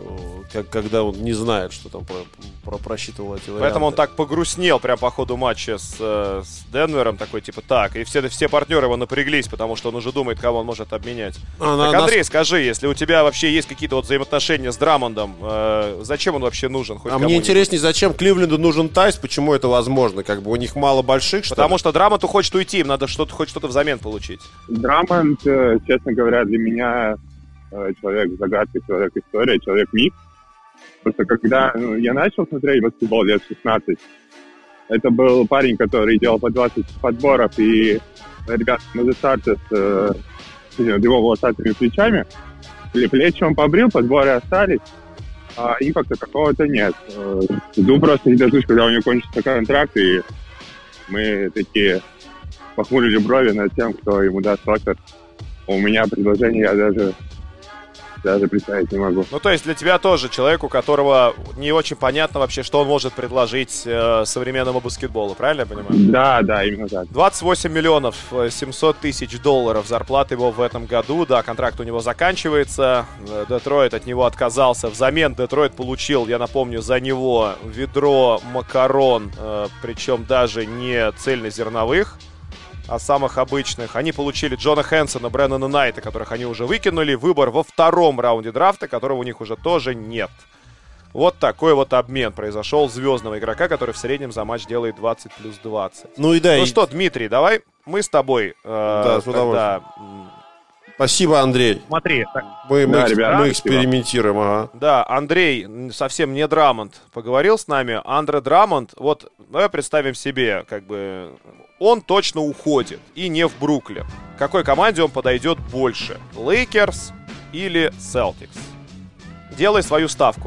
он не знает, что там просчитывал эти варианты. Поэтому он так погрустнел прям по ходу матча с Денвером, такой типа так. И все партнеры его напряглись, потому что он уже думает, кого он может обменять. Так, Андрей, скажи, если у тебя вообще есть какие-то вот взаимоотношения с Драмондом, зачем он вообще нужен? Хоть мне интереснее, зачем Кливленду нужен Тайс, почему это возможно? Как бы у них мало больших, что Потому что Драмонду хочет уйти, им надо хоть что-то взамен получить. Драмонд, честно говоря, для меня человек-загадка, человек-история, человек-миф. Просто когда я начал смотреть баскетбол лет 16, это был парень, который делал по 20 подборов, и ребята на старте с его волосатыми плечами, или плечи он побрил, подборы остались, а импакта какого-то нет. Жду просто не дождусь, когда у него кончится контракт, и мы такие похмурили брови над тем, кто ему даст оффер. У меня предложение, я даже представить не могу. Ну, то есть для тебя тоже человек, у которого не очень понятно вообще, что он может предложить современному баскетболу, правильно я понимаю? Да, именно так. 28 миллионов 700 тысяч долларов зарплата его в этом году, да, контракт у него заканчивается, Детройт от него отказался, взамен Детройт получил, я напомню, за него ведро макарон, причем даже не цельнозерновых, а самых обычных. Они получили Джона Хэнсона, Брэннона Найта, которых они уже выкинули. Выбор во втором раунде драфта, которого у них уже тоже нет. Вот такой вот обмен произошел звездного игрока, который в среднем за матч делает 20 плюс 20. Ну что, Дмитрий, давай мы с тобой с удовольствием. Спасибо, Андрей. Смотри, мы экспериментируем, ага. Да, Андрей, совсем не Драмонд, поговорил с нами. Андре Драмонд, вот давай представим себе, как бы он точно уходит и не в Бруклин. К какой команде он подойдет больше? Лейкерс или Селтикс? Делай свою ставку.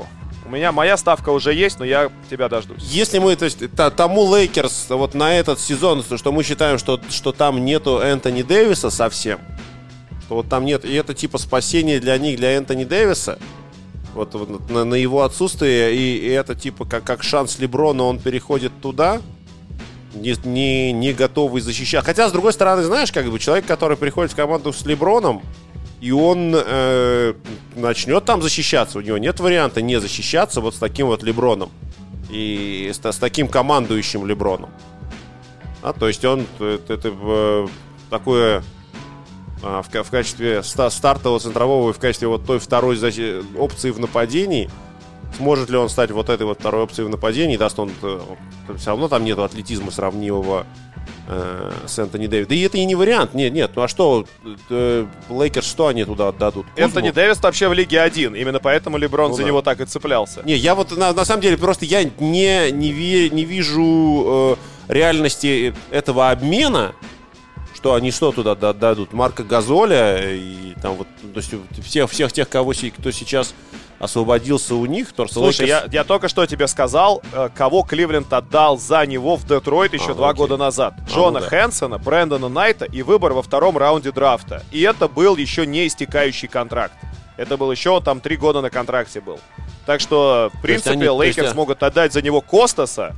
У меня моя ставка уже есть, но я тебя дождусь. Если мы, то есть, тому Лейкерс вот на этот сезон, что мы считаем, что там нету Энтони Дэвиса совсем, что вот там нет, и это типа спасение для них, для Энтони Дэвиса, вот на его отсутствие, и это типа как шанс Леброна, он переходит туда, не готовый защищать. Хотя, с другой стороны, знаешь, как бы человек, который приходит в команду с Леброном, и он начнет там защищаться, у него нет варианта не защищаться вот с таким вот Леброном и с таким командующим Леброном. То есть он такое в качестве стартового центрового и в качестве вот той второй опции в нападении. Сможет ли он стать вот этой вот второй опцией в нападении? Даст он... Все равно там нету атлетизма сравнимого с Энтони Дэвисом. Да и это и не вариант. Нет. Ну а что? Лейкерс, что они туда отдадут? Энтони Дэвис вообще в Лиге 1. Именно поэтому Леброн за него так и цеплялся. Не, я вот на самом деле просто я не вижу реальности этого обмена, что они что туда отдадут? Марка Газоля и там вот, то есть всех тех, кто сейчас освободился у них. Слушай, я только что тебе сказал, кого Кливленд отдал за него в Детройт еще 2 года назад. Джона Хэнсона, Брэндона Найта и выбор во 2-м раунде драфта. И это был еще не истекающий контракт. Это был еще, там 3 года на контракте был. Так что, в принципе, Лейкерс могут отдать за него Костаса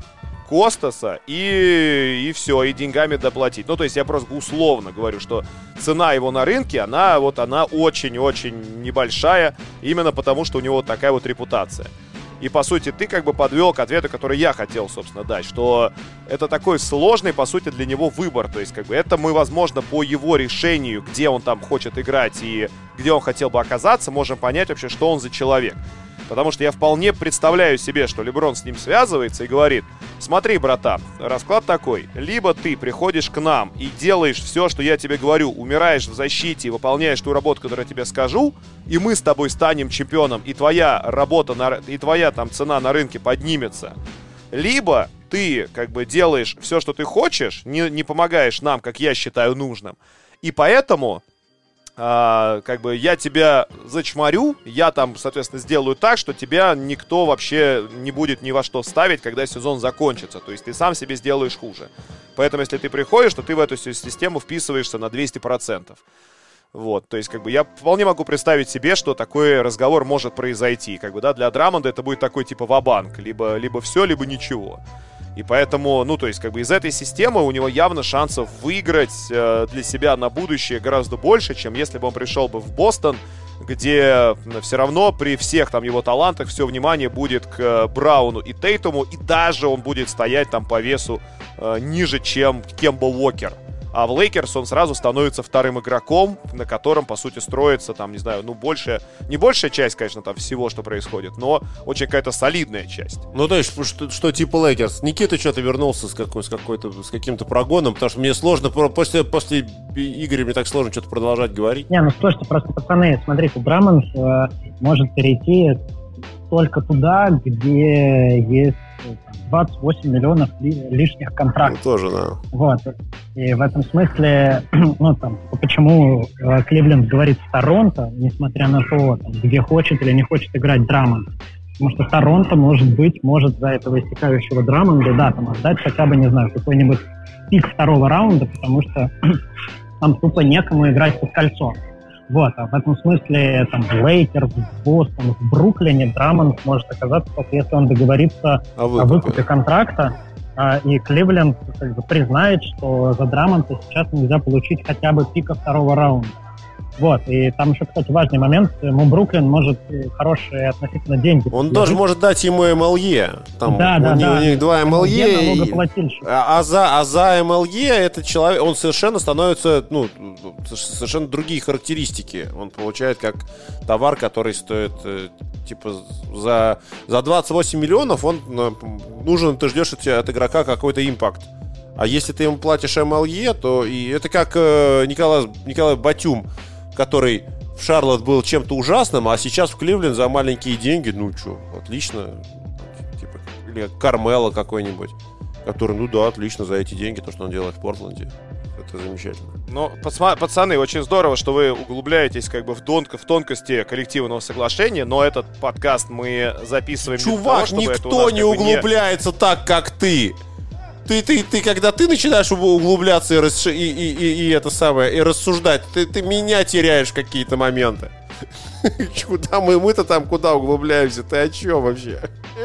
и все, и деньгами доплатить. Ну, то есть я просто условно говорю, что цена его на рынке, она очень-очень небольшая, именно потому, что у него такая вот репутация. И, по сути, ты как бы подвел к ответу, который я хотел, собственно, дать, что это такой сложный, по сути, для него выбор. То есть, как бы, это мы, возможно, по его решению, где он там хочет играть и где он хотел бы оказаться, можем понять вообще, что он за человек. Потому что я вполне представляю себе, что Леброн с ним связывается и говорит: смотри, братан, расклад такой. Либо ты приходишь к нам и делаешь все, что я тебе говорю, умираешь в защите и выполняешь ту работу, которую я тебе скажу, и мы с тобой станем чемпионом, и твоя работа, и твоя там цена на рынке поднимется. Либо ты как бы делаешь все, что ты хочешь, не помогаешь нам, как я считаю нужным, и поэтому... как бы я тебя зачморю, я там, соответственно, сделаю так, что тебя никто вообще не будет ни во что ставить, когда сезон закончится. То есть ты сам себе сделаешь хуже. Поэтому, если ты приходишь, то ты в эту систему вписываешься на 200%. Вот, то есть, как бы, я вполне могу представить себе, что такой разговор может произойти. Как бы, да, для Драмонда это будет такой, типа, ва-банк. Либо все, либо ничего. И поэтому, ну, то есть, как бы из этой системы у него явно шансов выиграть для себя на будущее гораздо больше, чем если бы он пришел бы в Бостон, где все равно при всех там его талантах все внимание будет к Брауну и Тейтуму, и даже он будет стоять там по весу ниже, чем Кемба Уокер. А в Лейкерс он сразу становится вторым игроком, на котором, по сути, строится, там, не знаю, ну, не большая часть, конечно, там, всего, что происходит, но очень какая-то солидная часть. Ну, то есть, что типа Лейкерс. Никита что-то вернулся с каким-то прогоном, потому что мне сложно, после Игоря мне так сложно что-то продолжать говорить. Не, ну, слушайте, просто, пацаны, смотрите, Драмонд может перейти только туда, где есть 28 миллионов лишних контрактов. Ну, тоже, да. Вот. И в этом смысле, ну, там, почему Кливленд говорит с Торонто, несмотря на то, там, где хочет или не хочет играть Драмонд. Потому что Торонто, может за этого истекающего Драмонда, да, там, отдать хотя бы, не знаю, какой-нибудь пик 2-го раунда, потому что там тупо некому играть под кольцо. Вот, а в этом смысле там в Лейкерс, в Бостон, в Бруклине Драмонд может оказаться, если он договорится о выкупе контракта, и Кливленд как бы признает, что за Драмонда сейчас нельзя получить хотя бы пика 2-го раунда. Вот, и там еще, кстати, важный момент, ему Бруклин может хорошие относительно деньги. Он тоже может дать ему МЛЕ. Там у них 2 МЛЕ. А за МЛЕ этот человек, он совершенно становится, ну, совершенно другие характеристики. Он получает как товар, который стоит, типа, за 28 миллионов он нужен, ты ждешь от игрока какой-то импакт. А если ты ему платишь МЛЕ, то и это как Николай Батюм, который в Шарлотт был чем-то ужасным, а сейчас в Кливленд за маленькие деньги, ну что, отлично. Типа, или Кармело какой-нибудь, который, ну да, отлично за эти деньги, то, что он делает в Портленде. Это замечательно. Ну, пацаны, очень здорово, что вы углубляетесь как бы в тонкости коллективного соглашения, но этот подкаст мы записываем Чувак, не для того, чтобы никто не углубляется так, как ты. Ты, когда ты начинаешь углубляться и это самое, и рассуждать, ты меня теряешь в какие-то моменты. Куда мы-то там куда углубляемся? Ты о чем вообще?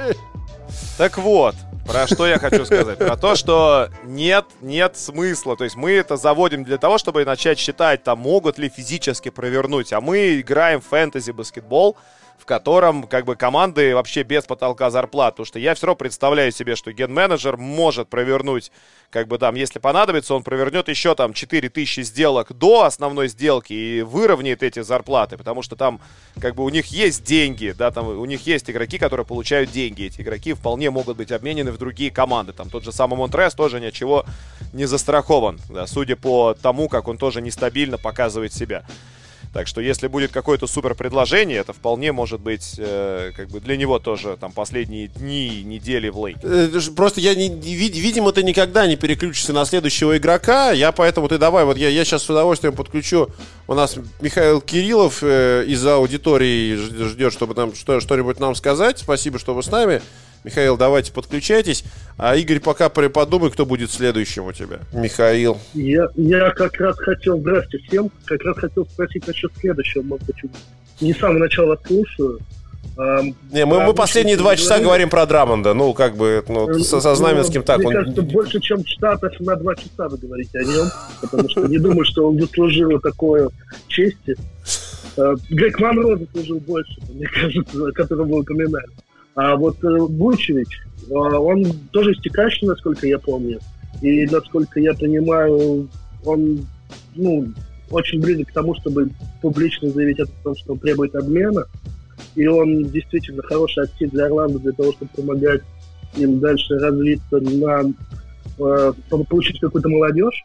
Так вот, про что я хочу сказать. Про то, что нет смысла. То есть мы это заводим для того, чтобы начать считать, там, могут ли физически провернуть. А мы играем в фэнтези-баскетбол, в котором как бы команды вообще без потолка зарплат. Потому что я все равно представляю себе, что ген-менеджер может провернуть, как бы там, если понадобится, он провернет еще там 4000 сделок до основной сделки и выровняет эти зарплаты. Потому что там как бы у них есть деньги, да, там у них есть игроки, которые получают деньги. Эти игроки вполне могут быть обменены в другие команды. Там тот же самый Монтрес тоже ничего не застрахован, да, судя по тому, как он тоже нестабильно показывает себя. Так что если будет какое-то супер предложение, это вполне может быть как бы для него тоже там последние дни, недели в лейке. Просто видимо, ты никогда не переключишься на следующего игрока. Поэтому ты давай, вот я сейчас с удовольствием подключу. У нас Михаил Кириллов из аудитории ждет, чтобы там что-нибудь нам сказать. Спасибо, что вы с нами. Михаил, давайте подключайтесь. А Игорь, пока подумай, кто будет следующим у тебя. Михаил. Я как раз хотел, здрасте всем, как раз хотел спросить насчет следующего, может быть, не с самого начала слушаю. Мы последние 2 часа говорим про Драмонда. Ну, как бы, со Знаменским так. Мне кажется, больше, чем в Штатах, на 2 часа вы говорите о нем, потому что не думаю, что он заслужил такое чести. Грег Монро заслужил больше, мне кажется, которого вы упоминали. А вот Вучевич, он тоже истекающий, насколько я помню. И, насколько я понимаю, он очень близок к тому, чтобы публично заявить о том, что он требует обмена. И он действительно хороший актив для Орландо для того, чтобы помогать им дальше развиться, чтобы получить какую-то молодежь.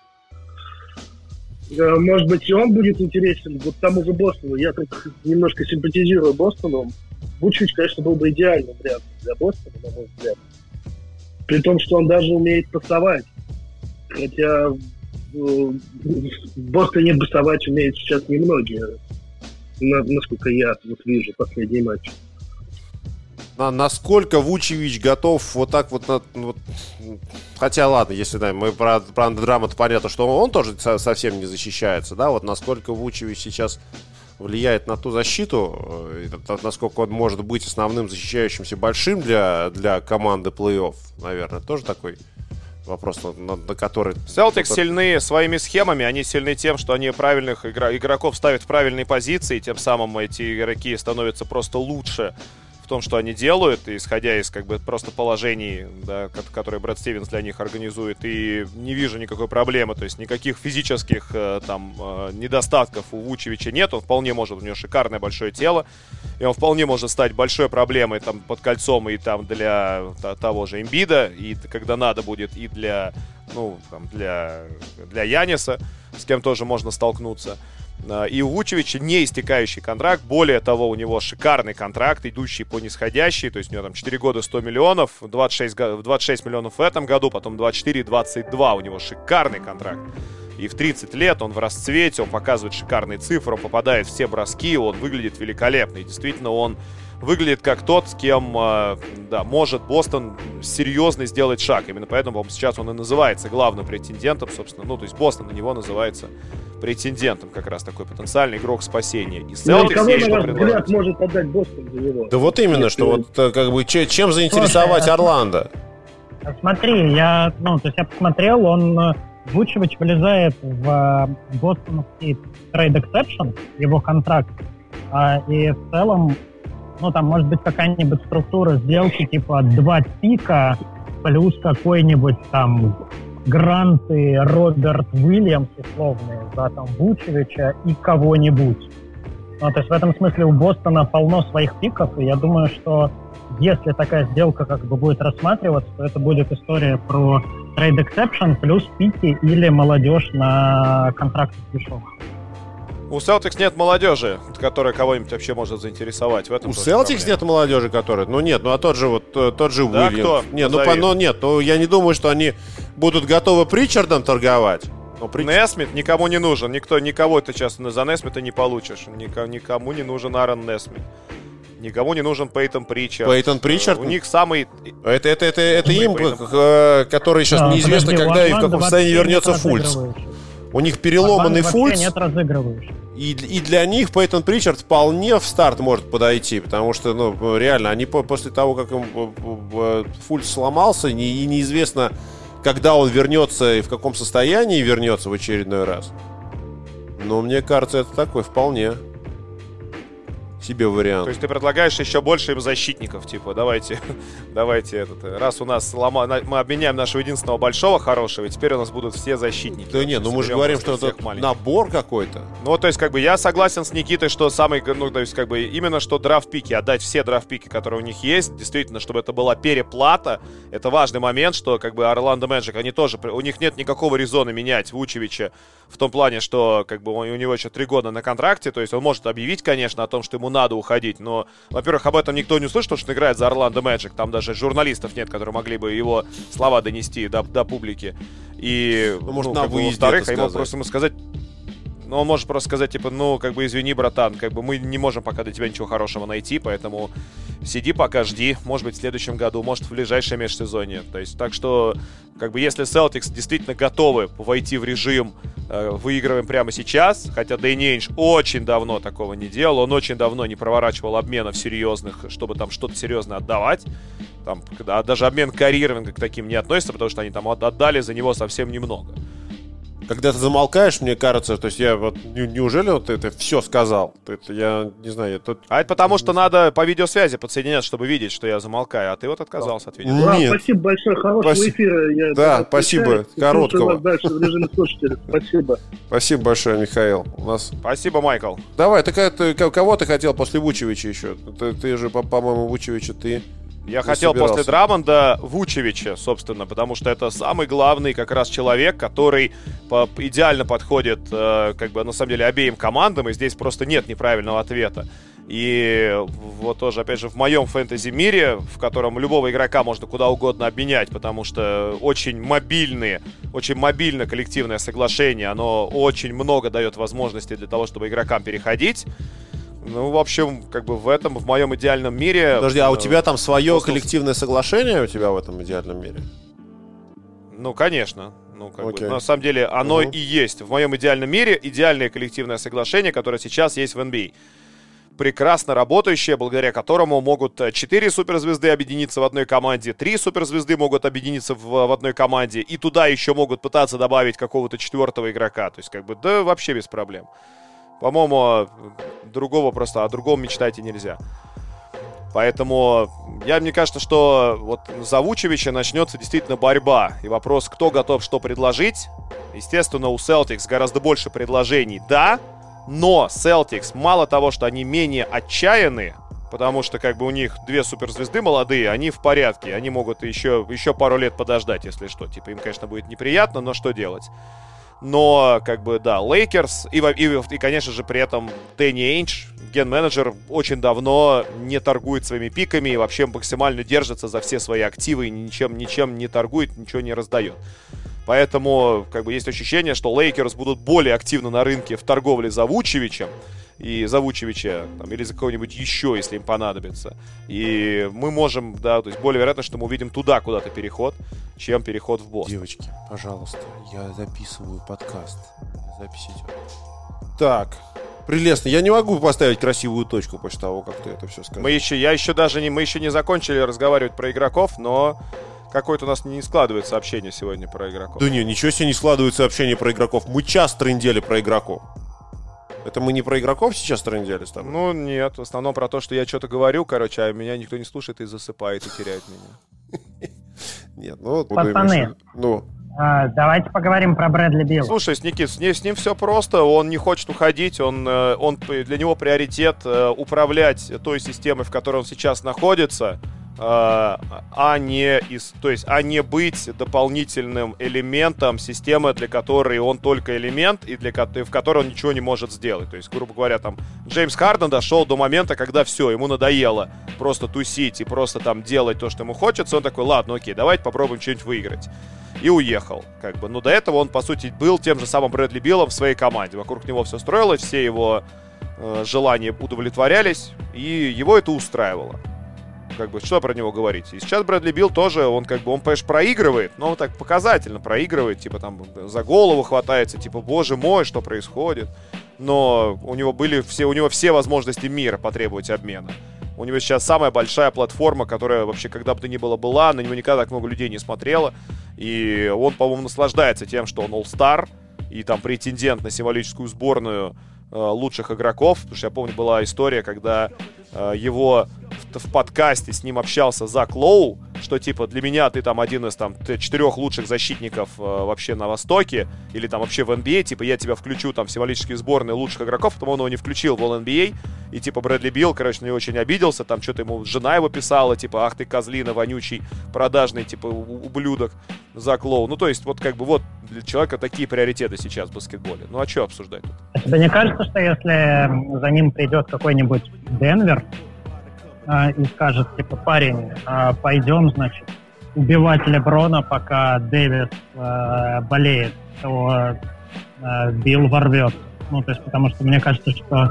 Может быть, и он будет интересен вот тому же Бостону. Я тут немножко симпатизирую Бостону. Вучевич, конечно, был бы идеальным вариантом для Бостона, на мой взгляд. При том, что он даже умеет пасовать. Хотя в Бостоне пасовать умеют сейчас немногие. Насколько я вот вижу последний матч. Насколько Вучевич готов вот так вот, хотя ладно, если да, мы про Драмонда понятно, что он тоже совсем не защищается, да, вот насколько Вучевич сейчас влияет на ту защиту, насколько он может быть основным защищающимся большим для команды плей-офф, наверное, тоже такой вопрос, на который... Celtics сильны своими схемами, они сильны тем, что они правильных игроков ставят в правильные позиции, тем самым эти игроки становятся просто лучше в том, что они делают, исходя из как бы просто положений, да, которые Брэд Стивенс для них организует, и не вижу никакой проблемы, то есть никаких физических там недостатков у Вучевича нет, он вполне может, у него шикарное большое тело, и он вполне может стать большой проблемой там под кольцом и там для того же Эмбида, и когда надо будет, и для Яниса, с кем тоже можно столкнуться. И у Вучевича не истекающий контракт. Более того, у него шикарный контракт, идущий по нисходящей. То есть у него там 4 года 100 миллионов, 26 миллионов в этом году, потом 24 и 22. У него шикарный контракт. И в 30 лет он в расцвете, он показывает шикарные цифры, он попадает в все броски, он выглядит великолепно. И действительно, он выглядит как тот, с кем, может Бостон серьезно сделать шаг. Именно поэтому сейчас он и называется главным претендентом, собственно. То есть Бостон на него называется претендентом, как раз такой потенциальный игрок спасения. И Celtics кого, на ваш взгляд, может отдать Бостон за него? Да вот именно, что вот как бы чем заинтересовать Орландо? Смотри, я посмотрел, Вучевич влезает в бостонский трейд эксепшн, его контракт, и в целом, там может быть какая-нибудь структура сделки типа 2 пика плюс какой-нибудь там Грант и Роберт Уильямс условные за там Вучевича и кого-нибудь. То есть в этом смысле у Бостона полно своих пиков, и я думаю, что если такая сделка как бы будет рассматриваться, то это будет история про трейд эксепшн плюс пики или молодежь на контрактах дешевых. У Celtics нет молодежи, которая кого-нибудь вообще может заинтересовать. В этом у Celtics нет молодежи, которая... тот же Уильямс. Кто? Я не думаю, что они будут готовы Причардом торговать. Несмит никому не нужен. Никого ты сейчас за Несмита не получишь. Никому не нужен Аарон Несмит. Никому не нужен Пейтон Причард. Пейтон Причард? У них самый... Это им, который сейчас неизвестно, когда и в каком состоянии вернется Фульц. У них переломанный Фульц. Нет разыгрываешь. И для них Пейтон Причард вполне в старт может подойти, потому что, реально, они после того, как им Фульц сломался, и неизвестно, когда он вернется и в каком состоянии вернется в очередной раз. Но мне кажется, это такой вполне себе вариант. То есть ты предлагаешь еще больше им защитников, типа, давайте раз у нас мы обменяем нашего единственного большого хорошего, и теперь у нас будут все защитники. Да нет, мы же говорим, что это набор какой-то. То есть, я согласен с Никитой, что самый, то есть, именно что драфт-пики, отдать все драфт-пики, которые у них есть, действительно, чтобы это была переплата, это важный момент, что, Орландо Мэджик, они тоже, у них нет никакого резона менять Вучевича в том плане, что, у него еще 3 года на контракте, то есть он может объявить, конечно, о том, что ему надо уходить, но, во-первых, об этом никто не услышит, потому что он играет за Орландо Мэджик, там даже журналистов нет, которые могли бы его слова донести до публики. И, может, на выезде во-вторых, ему просто сказать... он может просто сказать, извини, братан, мы не можем пока для тебя ничего хорошего найти, поэтому сиди пока, жди, может быть, в следующем году, может, в ближайшее межсезонье. То есть, так что, если Celtics действительно готовы войти в режим выигрываем прямо сейчас, хотя Дэнни Эйндж очень давно такого не делал, он очень давно не проворачивал обменов серьезных, чтобы там что-то серьезное отдавать. Там, даже обмен Кайри Ирвинга к таким не относится, потому что они там отдали за него совсем немного. Когда ты замолкаешь, мне кажется, то есть я неужели ты это все сказал? Я не знаю. А это потому, что надо по видеосвязи подсоединяться, чтобы видеть, что я замолкаю, а ты отказался от видео. Нет. Спасибо большое, хорошего эфира. Да, спасибо, короткого. Дальше в режиме слушателя. Спасибо. Спасибо большое, Михаил. Спасибо, Майкл. Давай, кого ты хотел после Вучевича еще? Ты же, по-моему, Вучевича Я хотел после Драмонда Вучевича, собственно, потому что это самый главный как раз человек, который идеально подходит, на самом деле, обеим командам, и здесь просто нет неправильного ответа. И вот тоже, опять же, в моем фэнтези-мире, в котором любого игрока можно куда угодно обменять, потому что очень мобильное коллективное соглашение, оно очень много дает возможностей для того, чтобы игрокам переходить. В общем, в моем идеальном мире... Подожди, а у тебя там свое коллективное соглашение у тебя в этом идеальном мире? Конечно. На самом деле, оно и есть. В моем идеальном мире идеальное коллективное соглашение, которое сейчас есть в NBA. Прекрасно работающее, благодаря которому могут 4 суперзвезды объединиться в одной команде, 3 суперзвезды могут объединиться в одной команде, и туда еще могут пытаться добавить какого-то 4-го игрока. То есть, да вообще без проблем. По-моему, о другом мечтать и нельзя. Поэтому мне кажется, что вот за Вучевича начнется действительно борьба. И вопрос, кто готов что предложить. Естественно, у Celtics гораздо больше предложений, да. Но Celtics, мало того, что они менее отчаянны, потому что у них 2 суперзвезды молодые, они в порядке. Они могут еще пару лет подождать, если что. Им, конечно, будет неприятно, но что делать? Но, Лейкерс и, конечно же, при этом Дэнни Эйндж, ген-менеджер, очень давно не торгует своими пиками и вообще максимально держится за все свои активы и ничем не торгует, ничего не раздает. Поэтому, есть ощущение, что Лейкерс будут более активны на рынке в торговле за Вучевичем, и за Вучевича, или за кого-нибудь еще, если им понадобится. И мы можем, то есть более вероятно, что мы увидим туда куда-то переход, чем переход в Бостон. Девочки, пожалуйста, я записываю подкаст. Запись идет. Так, прелестно. Я не могу поставить красивую точку после того, как ты это все сказал. Мы еще не закончили разговаривать про игроков, но какое-то у нас не складывается общение сегодня про игроков. Да ничего себе не складывается общение про игроков. Мы час трындели про игроков. Это мы не про игроков сейчас трындели с тобой? Нет, в основном про то, что я что-то говорю, а меня никто не слушает и засыпает, и теряет меня. Нет, пацаны, давайте поговорим про Брэдли Билла. Слушай, Никит, с ним все просто, он не хочет уходить, он для него приоритет управлять той системой, в которой он сейчас находится, а не быть дополнительным элементом системы, для которой он только элемент и в которой он ничего не может сделать. То есть, грубо говоря, Джеймс Харден дошел до момента, когда все, ему надоело просто тусить и просто делать то, что ему хочется. Он такой, ладно, окей, давайте попробуем что-нибудь выиграть. и уехал. Как бы. Но до этого он, по сути, был тем же самым Брэдли Биллом в своей команде. Вокруг него все строилось, все его желания удовлетворялись, и его это устраивало. Как бы, что про него говорить? И сейчас Брэдли Билл тоже, он, конечно, проигрывает, но он так показательно проигрывает, типа, там, за голову хватается, типа, боже мой, что происходит? Но у него все возможности мира потребовать обмена. У него сейчас самая большая платформа, которая вообще когда бы то ни было была, на него никогда так много людей не смотрело. И он, по-моему, наслаждается тем, что он All-Star и там претендент на символическую сборную лучших игроков. Потому что я помню, была история, когда его в подкасте с ним общался Зак Лоу, что типа для меня ты там один из там 4 лучших защитников вообще на Востоке, или там вообще в NBA, типа я тебя включу там в символические сборные лучших игроков, потом он его не включил в All-NBA, и типа Брэдли Билл, короче, на него очень обиделся, там что-то ему жена его писала, типа ах ты козлина вонючий, продажный, типа ублюдок Зак Лоу. Ну то есть вот как бы вот для человека такие приоритеты сейчас в баскетболе. Ну а что обсуждать тут? А тебе не кажется, что если за ним придет какой-нибудь Денвер и скажет, типа, парень, пойдем, значит, убивать Леброна, пока Дэвис болеет, то Билл ворвется. Ну, то есть, потому что мне кажется, что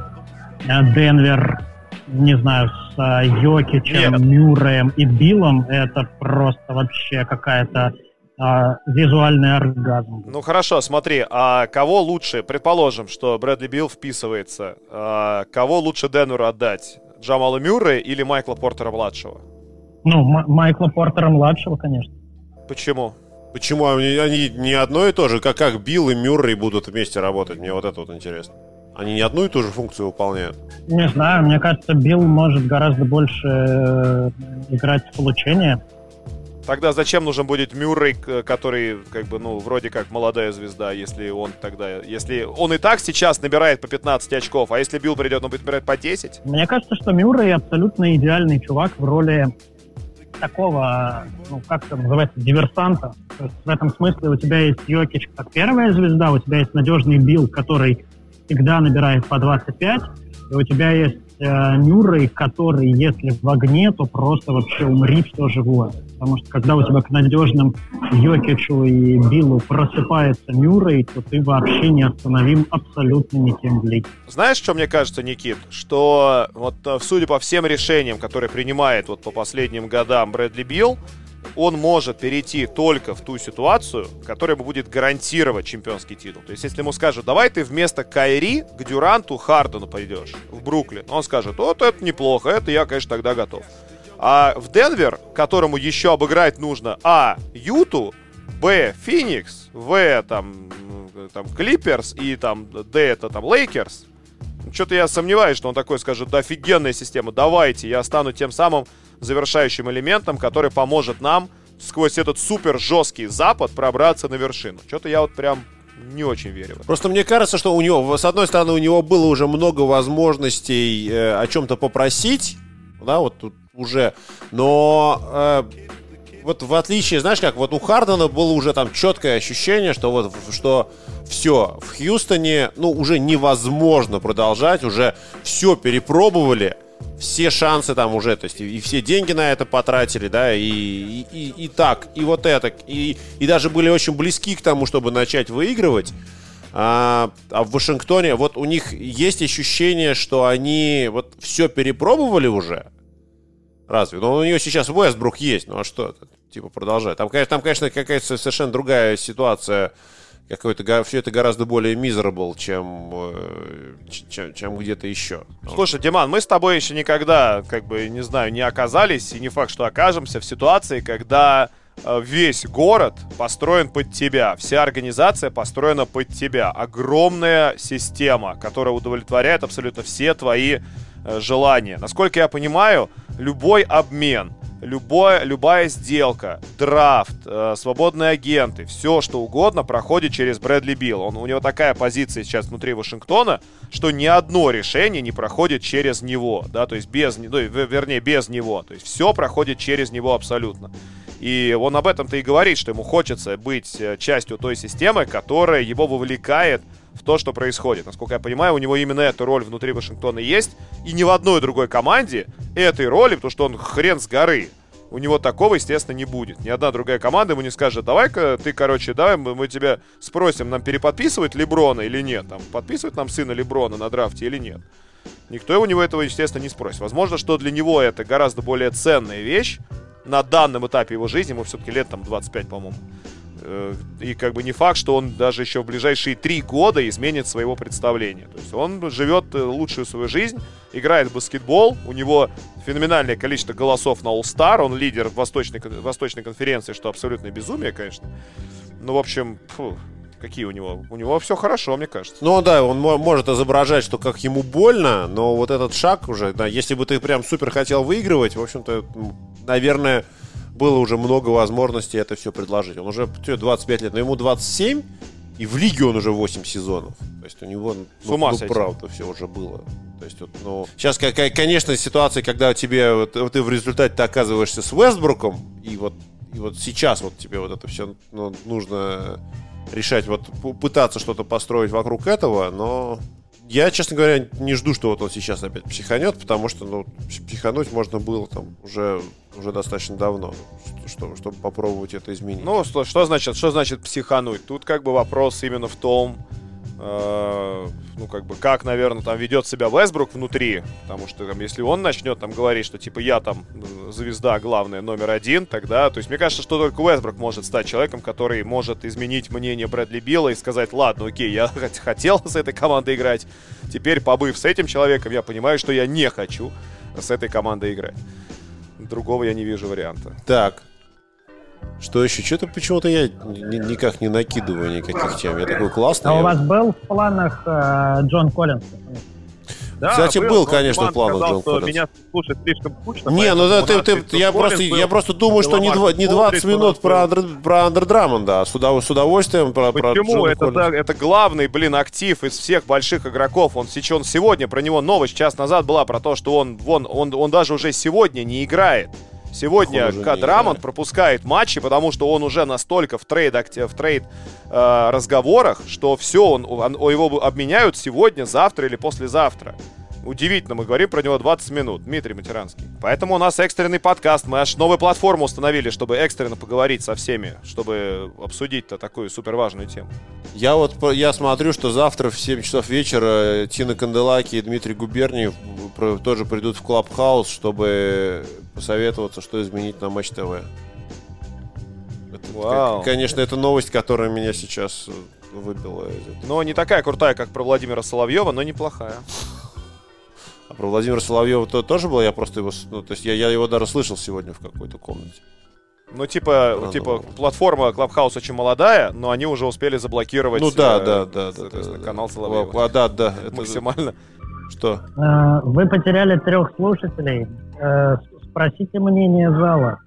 Денвер, не знаю, с Йокичем, Мюрреем и Биллом это просто вообще какая-то визуальный оргазм. Ну хорошо, смотри, а кого лучше, предположим, что Брэдли Билл вписывается, кого лучше Денверу отдать? Джамала Мюррея или Майкла Портера-младшего? Ну, Майкла Портера-младшего, конечно. Почему? Почему они не одно и то же? Как Билл и Мюррей будут вместе работать? Мне вот это вот интересно. Они не одну и ту же функцию выполняют? Не знаю, мне кажется, Билл может гораздо больше играть с получения. Тогда зачем нужен будет Мюррей, который, как бы, ну, вроде как молодая звезда, если он и так сейчас набирает по 15 очков, а если Билл придет, он будет набирать по 10? Мне кажется, что Мюррей абсолютно идеальный чувак в роли такого, ну, как это называется, диверсанта. То есть в этом смысле у тебя есть Йокич как первая звезда, у тебя есть надежный Билл, который всегда набирает по 25, и у тебя есть Мюррей, который, если в огне, то просто вообще умри все живое. Потому что когда у тебя к надежным Йокичу и Биллу просыпается Мюррей, то ты вообще неостановим абсолютно никем в лиге. Знаешь, что мне кажется, Никит? Что вот судя по всем решениям, которые принимает вот по последним годам Брэдли Билл, он может перейти только в ту ситуацию, которая ему будет гарантировать чемпионский титул. То есть, если ему скажут, давай ты вместо Кайри к Дюранту, Хардену пойдешь в Бруклин, он скажет, вот это неплохо, это я, конечно, тогда готов. А в Денвер, которому еще обыграть нужно Юту, Феникс, там Клиперс и там это там Лейкерс, что-то я сомневаюсь, что он такой скажет, да офигенная система, давайте, я стану тем самым завершающим элементом, который поможет нам сквозь этот супер жесткий Запад пробраться на вершину. Что-то я вот прям не очень верю. Просто мне кажется, что у него, с одной стороны, у него было уже много возможностей о чем-то попросить, да, вот тут уже, но вот в отличие, знаешь как, вот у Хардена было уже там четкое ощущение, что что все, в Хьюстоне, ну, уже невозможно продолжать, уже все перепробовали, все шансы там уже, то есть и все деньги на это потратили, да, и так, и вот это, и даже были очень близки к тому, чтобы начать выигрывать. А в Вашингтоне вот у них есть ощущение, что они вот все перепробовали уже. Разве? Ну, у нее сейчас Уэстбрук есть, ну а что это? Типа продолжать. Там, конечно, какая-то совершенно другая ситуация. Все это гораздо более miserable, чем где-то еще. Слушай, Диман, мы с тобой еще никогда, не знаю, не оказались, и не факт, что окажемся в ситуации, когда весь город построен под тебя, вся организация построена под тебя. Огромная система, которая удовлетворяет абсолютно все твои желания. Насколько я понимаю, любой обмен, любая сделка, драфт, свободные агенты, все что угодно проходит через Брэдли Билл. У него такая позиция сейчас внутри Вашингтона, что ни одно решение не проходит через него, да, то есть без него. То есть все проходит через него абсолютно. И он об этом-то и говорит, что ему хочется быть частью той системы, которая его вовлекает в то, что происходит. Насколько я понимаю, у него именно эта роль внутри Вашингтона есть. И ни в одной другой команде этой роли, потому что он хрен с горы, У него такого, естественно, не будет. Ни одна другая команда ему не скажет: давай-ка ты, давай мы тебя спросим, нам переподписывать Леброна или нет, там, подписывать нам сына Леброна на драфте или нет. Никто у него этого, естественно, не спросит. Возможно, что для него это гораздо более ценная вещь на данном этапе его жизни. Ему все-таки лет там 25, по-моему. И как бы не факт, что он даже еще в ближайшие 3 года изменит своего представления. То есть он живет лучшую свою жизнь, играет в баскетбол, у него феноменальное количество голосов на All-Star, он лидер Восточной конференции, что абсолютное безумие, конечно. Ну, в общем, какие у него? У него все хорошо, мне кажется. Ну да, он может изображать, что как ему больно, но вот этот шаг уже, да, если бы ты прям супер хотел выигрывать, в общем-то, наверное, было уже много возможностей это все предложить. Он уже 25 лет, но ему 27, и в лиге он уже 8 сезонов. То есть у него, правда, все уже было. То есть, сейчас, конечно, ситуация, когда ты в результате оказываешься с Уэстбруком, и вот сейчас вот тебе вот это все нужно решать, пытаться что-то построить вокруг этого, но я, честно говоря, не жду, что вот он сейчас опять психанет, потому что, психануть можно было там уже достаточно давно, чтобы попробовать это изменить. Ну, что значит психануть? Тут как бы вопрос именно в том, как, наверное, там ведет себя Вестбрук внутри, потому что там, если он начнет там говорить, что типа я там звезда главная номер 1, тогда, то есть мне кажется, что только Вестбрук может стать человеком, который может изменить мнение Брэдли Билла и сказать: ладно, окей, я хотел с этой командой играть, теперь, побыв с этим человеком, я понимаю, что я не хочу с этой командой играть. Другого я не вижу варианта. Так. Что еще? Что-то почему-то я никак не накидываю никаких тем. Я такой классный. А у вас был в планах Джон Коллинс? Да, кстати, был, конечно, в планах Джон Коллинс. Меня слушать слишком скучно. Не, я просто думаю, что не 20 минут про Андре Драмонда, а с удовольствием про Почему? Это главный, актив из всех больших игроков. Он сегодня, про него новость час назад была про то, что он даже уже сегодня не играет. Сегодня Драмонд пропускает матчи, потому что он уже настолько в трейд разговорах, что все, его обменяют сегодня, завтра или послезавтра. Удивительно, мы говорим про него 20 минут. Дмитрий Матеранский. Поэтому у нас экстренный подкаст. Мы аж новую платформу установили, чтобы экстренно поговорить со всеми, чтобы обсудить-то такую суперважную тему. Я смотрю, что завтра в 7 часов вечера Тина Канделаки и Дмитрий Губерниев тоже придут в Клабхаус, чтобы посоветоваться, что изменить на Матч ТВ. Конечно, это новость, которая меня сейчас выбила из этого. Но не такая крутая, как про Владимира Соловьева, но неплохая. А про Владимира Соловьева тоже было? Я просто его... то есть я его даже слышал сегодня в какой-то комнате. Платформа Clubhouse очень молодая, но они уже успели заблокировать канал Соловьева. Да. Максимально. Что? Вы потеряли 3 слушателей. Спросите мнение зала.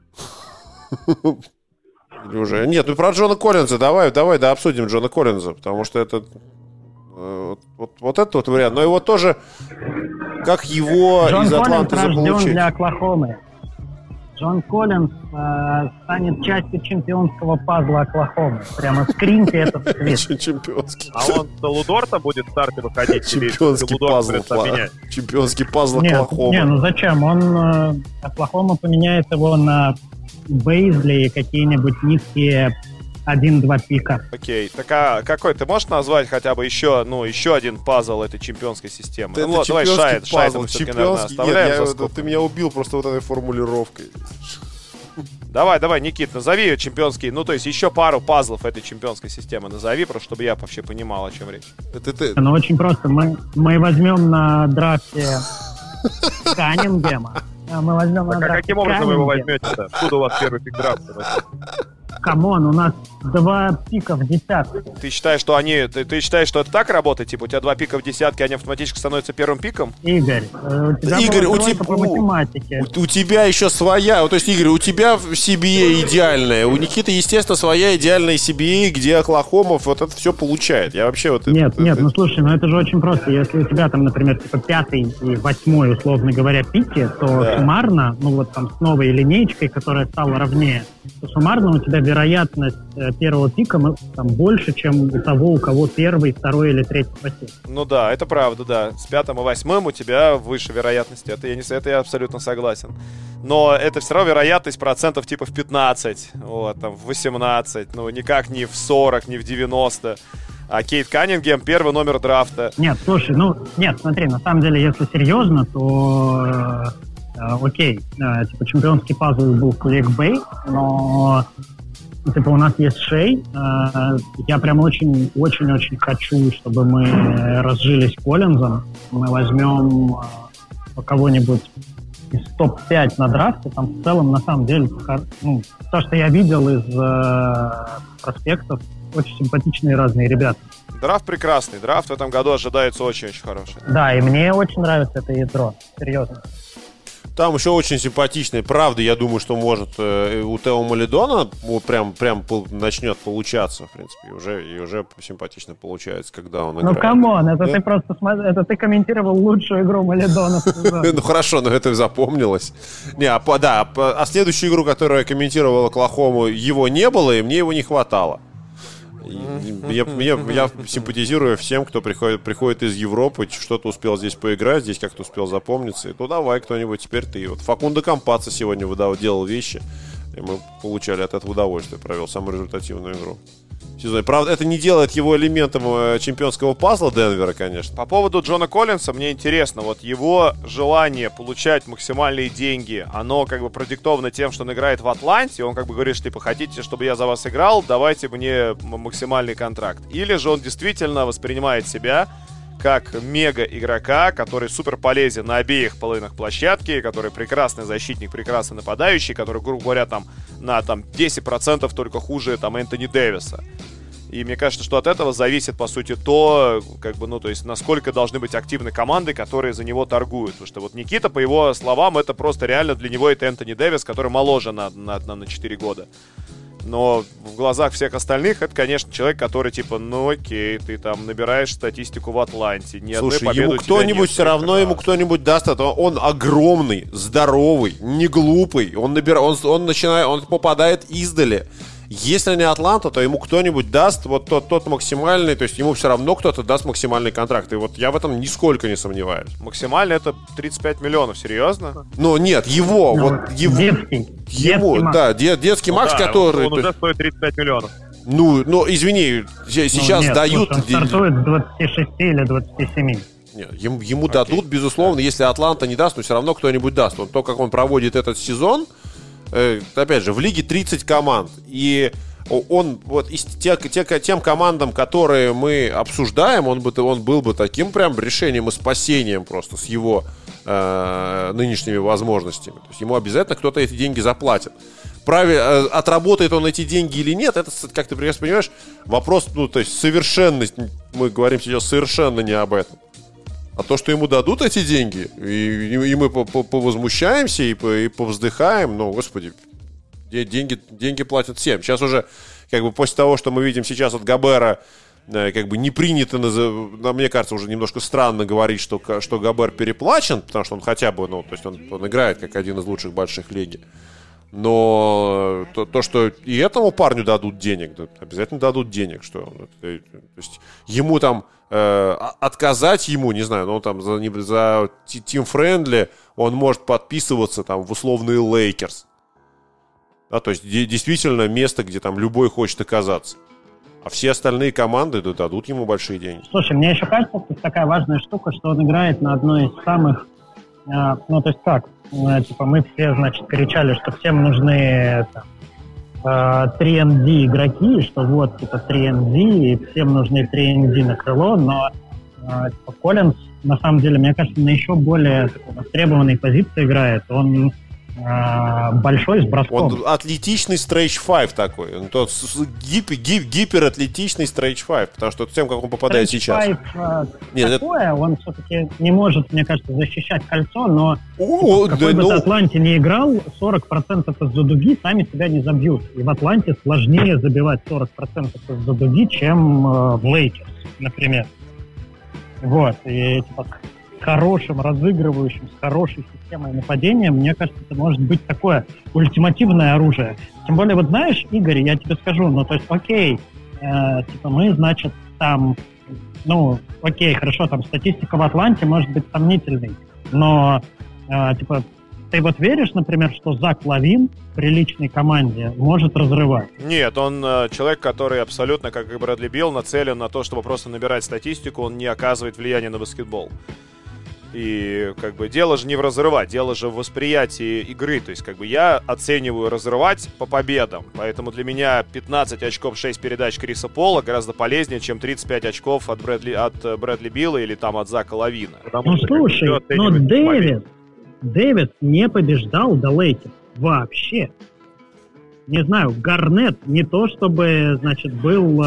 Уже. Нет, про Джона Коллинза давай обсудим Джона Коллинза, потому что это... Вот этот вариант. Но его тоже... Как его Джон из Атланты заполучить? Джон заполучить? Для Оклахомы. Джон Коллинз станет частью чемпионского пазла Оклахомы. Прямо скриньте этот цвет. Чемпионский. А он с Лудорта будет в старте выходить? Чемпионский пазл Оклахомы. Не, зачем? Оклахома поменяет его на Бейзли и какие-нибудь низкие 1-2 пика. Окей. Так а какой? Ты можешь назвать хотя бы еще один пазл этой чемпионской системы? Давай Шайд мы все-таки, наверное, оставляем. Ты меня убил просто вот этой формулировкой. Давай, Никит, назови ее чемпионский. То есть еще пару пазлов этой чемпионской системы назови, просто чтобы я вообще понимал, о чем речь. Очень просто. Мы возьмем на драфте Каннингема. Мы возьмем на драфте каким образом вы его возьмете-то? Откуда у вас первый пик драфта? Камон, у нас 2 пика в десятке. Ты считаешь, что это так работает? Типа у тебя 2 пика в десятке, они автоматически становятся первым пиком? Игорь, у тебя еще своя. То есть, Игорь, у тебя CBA идеальная. У Никиты, естественно, своя идеальная CBA, где Оклахома вот это все получает. Я вообще Нет, слушай, это же очень просто. Если у тебя там, например, 5-й и 8-й, условно говоря, пики, то суммарно, с новой линейкой, которая стала ровнее, то суммарно у тебя вероятность первого пика там больше, чем у того, у кого первый, второй или третий пакет. Ну да, это правда, да. С 5-м и 8-м у тебя выше вероятности. Это я абсолютно согласен. Но это все равно вероятность процентов типа в 15, вот, там, в 18, ну никак не в 40, не в 90. А Кейт Каннингем первый номер драфта. Нет, слушай, смотри, на самом деле, если серьезно, то окей, типа чемпионский пазл был кликбейт, но типа у нас есть Шей. Я прям очень-очень хочу, чтобы мы разжились Коллинзом. Мы возьмем кого-нибудь из топ-5 на драфте. Там в целом, на самом деле, то, что я видел из проспектов, очень симпатичные разные ребята. Драфт прекрасный. Драфт в этом году ожидается очень-очень хороший. Да, и мне очень нравится это ядро. Серьезно. Там еще очень симпатичный. Правда, я думаю, что может у Тео Малидона прям начнет получаться, в принципе. И уже симпатично получается, когда он играет. Ну, камон, это ты комментировал лучшую игру Малидона. Ну, хорошо, но это запомнилось. А следующую игру, которую я комментировал Оклахому, его не было, и мне его не хватало. Я симпатизирую всем, кто приходит из Европы, что-то успел здесь поиграть, здесь как-то успел запомниться. И то давай кто-нибудь, теперь ты. Вот Факундо Кампаца сегодня делал вещи, и мы получали от этого удовольствие. Провел самую результативную игру в сезоне. Правда, это не делает его элементом чемпионского пазла Денвера, конечно. По поводу Джона Коллинса мне интересно, вот его желание получать максимальные деньги, оно как бы продиктовано тем, что он играет в Атланте, он как бы говорит, что типа, хотите, чтобы я за вас играл, давайте мне максимальный контракт. Или же он действительно воспринимает себя как мега-игрока, который супер полезен на обеих половинах площадки, который прекрасный защитник, прекрасный нападающий, который, грубо говоря, там на 10% только хуже там Энтони Дэвиса. И мне кажется, что от этого зависит, по сути, то, то есть, насколько должны быть активны команды, которые за него торгуют. Потому что вот Никита, по его словам, это просто реально для него это Энтони Дэвис, который моложе на 4 года. Но в глазах всех остальных это, конечно, человек, который типа, окей, ты там набираешь статистику в Атланте. Слушай, ему кто-нибудь все равно, ему кто-нибудь даст это. Он огромный, здоровый, не глупый. Он попадает издали. Если не Атланта, то ему кто-нибудь даст вот тот максимальный, то есть ему все равно кто-то даст максимальный контракт. И вот я в этом нисколько не сомневаюсь. Максимально это 35 миллионов, серьезно? Ну нет, его. Детский макс, который... Он уже стоит 35 миллионов. Ну, извини, сейчас дают... Он стартует с 26 или 27. Нет, ему дадут, безусловно, если Атланта не даст, но все равно кто-нибудь даст. Вот то, как он проводит этот сезон, опять же, в лиге 30 команд. И он вот из тем командам, которые мы обсуждаем, он был бы таким прям решением и спасением просто с его нынешними возможностями. То есть ему обязательно кто-то эти деньги заплатит. Отработает он эти деньги или нет, это, как ты прекрасно понимаешь, вопрос, то есть совершенность, мы говорим сейчас совершенно не об этом. А то, что ему дадут эти деньги, и мы повозмущаемся и повздыхаем, господи, деньги платят всем. Сейчас уже, после того, что мы видим сейчас от Гобера, не принято, мне кажется, уже немножко странно говорить, что Гобер переплачен, потому что он хотя бы, то есть он играет как один из лучших больших лиги. Но то, что и этому парню дадут денег, обязательно дадут денег, что то есть ему там отказать ему, не знаю, за Team Friendly он может подписываться там в условные Лейкерс. Да, то есть действительно место, где там любой хочет оказаться. А все остальные команды дадут ему большие деньги. Слушай, мне еще кажется, что это такая важная штука, что он играет на одной из самых... мы все, кричали, что всем нужны 3ND игроки, что 3ND, и всем нужны 3ND на крыло, но Коллинс, на самом деле, мне кажется, на еще более востребованной позиции играет. Он большой, с броском. Он атлетичный Stretch 5 такой. Он тот гиператлетичный Stretch 5, потому что тем, как он попадает Stretch сейчас. 5 он все-таки не может, мне кажется, защищать кольцо, но какой бы ты Атланте не играл, 40% из-за дуги сами себя не забьют. И в Атланте сложнее забивать 40% из-за дуги, чем в Лейкерс, например. И хорошим разыгрывающим, с хорошей системой нападения, мне кажется, это может быть такое ультимативное оружие. Тем более, вот знаешь, Игорь, я тебе скажу, ну, то есть, окей, типа мы, значит, там, ну, окей, хорошо, там статистика в Атланте может быть сомнительной, но, типа, ты вот веришь, например, что Зак Лавин в приличной команде может разрывать? Нет, он человек, который абсолютно, как и Брэдли Билл, нацелен на то, чтобы просто набирать статистику, он не оказывает влияния на баскетбол. И как бы дело же не в разрывать, дело же в восприятии игры. То есть как бы я оцениваю разрывать по победам. Поэтому для меня 15 очков, 6 передач Криса Пола гораздо полезнее, чем 35 очков от Брэдли Билла или там от Зака Лавина. Ну слушай, но Дэвид не побеждал до Лейкерс вообще. Не знаю, Гарнетт не то чтобы, значит, был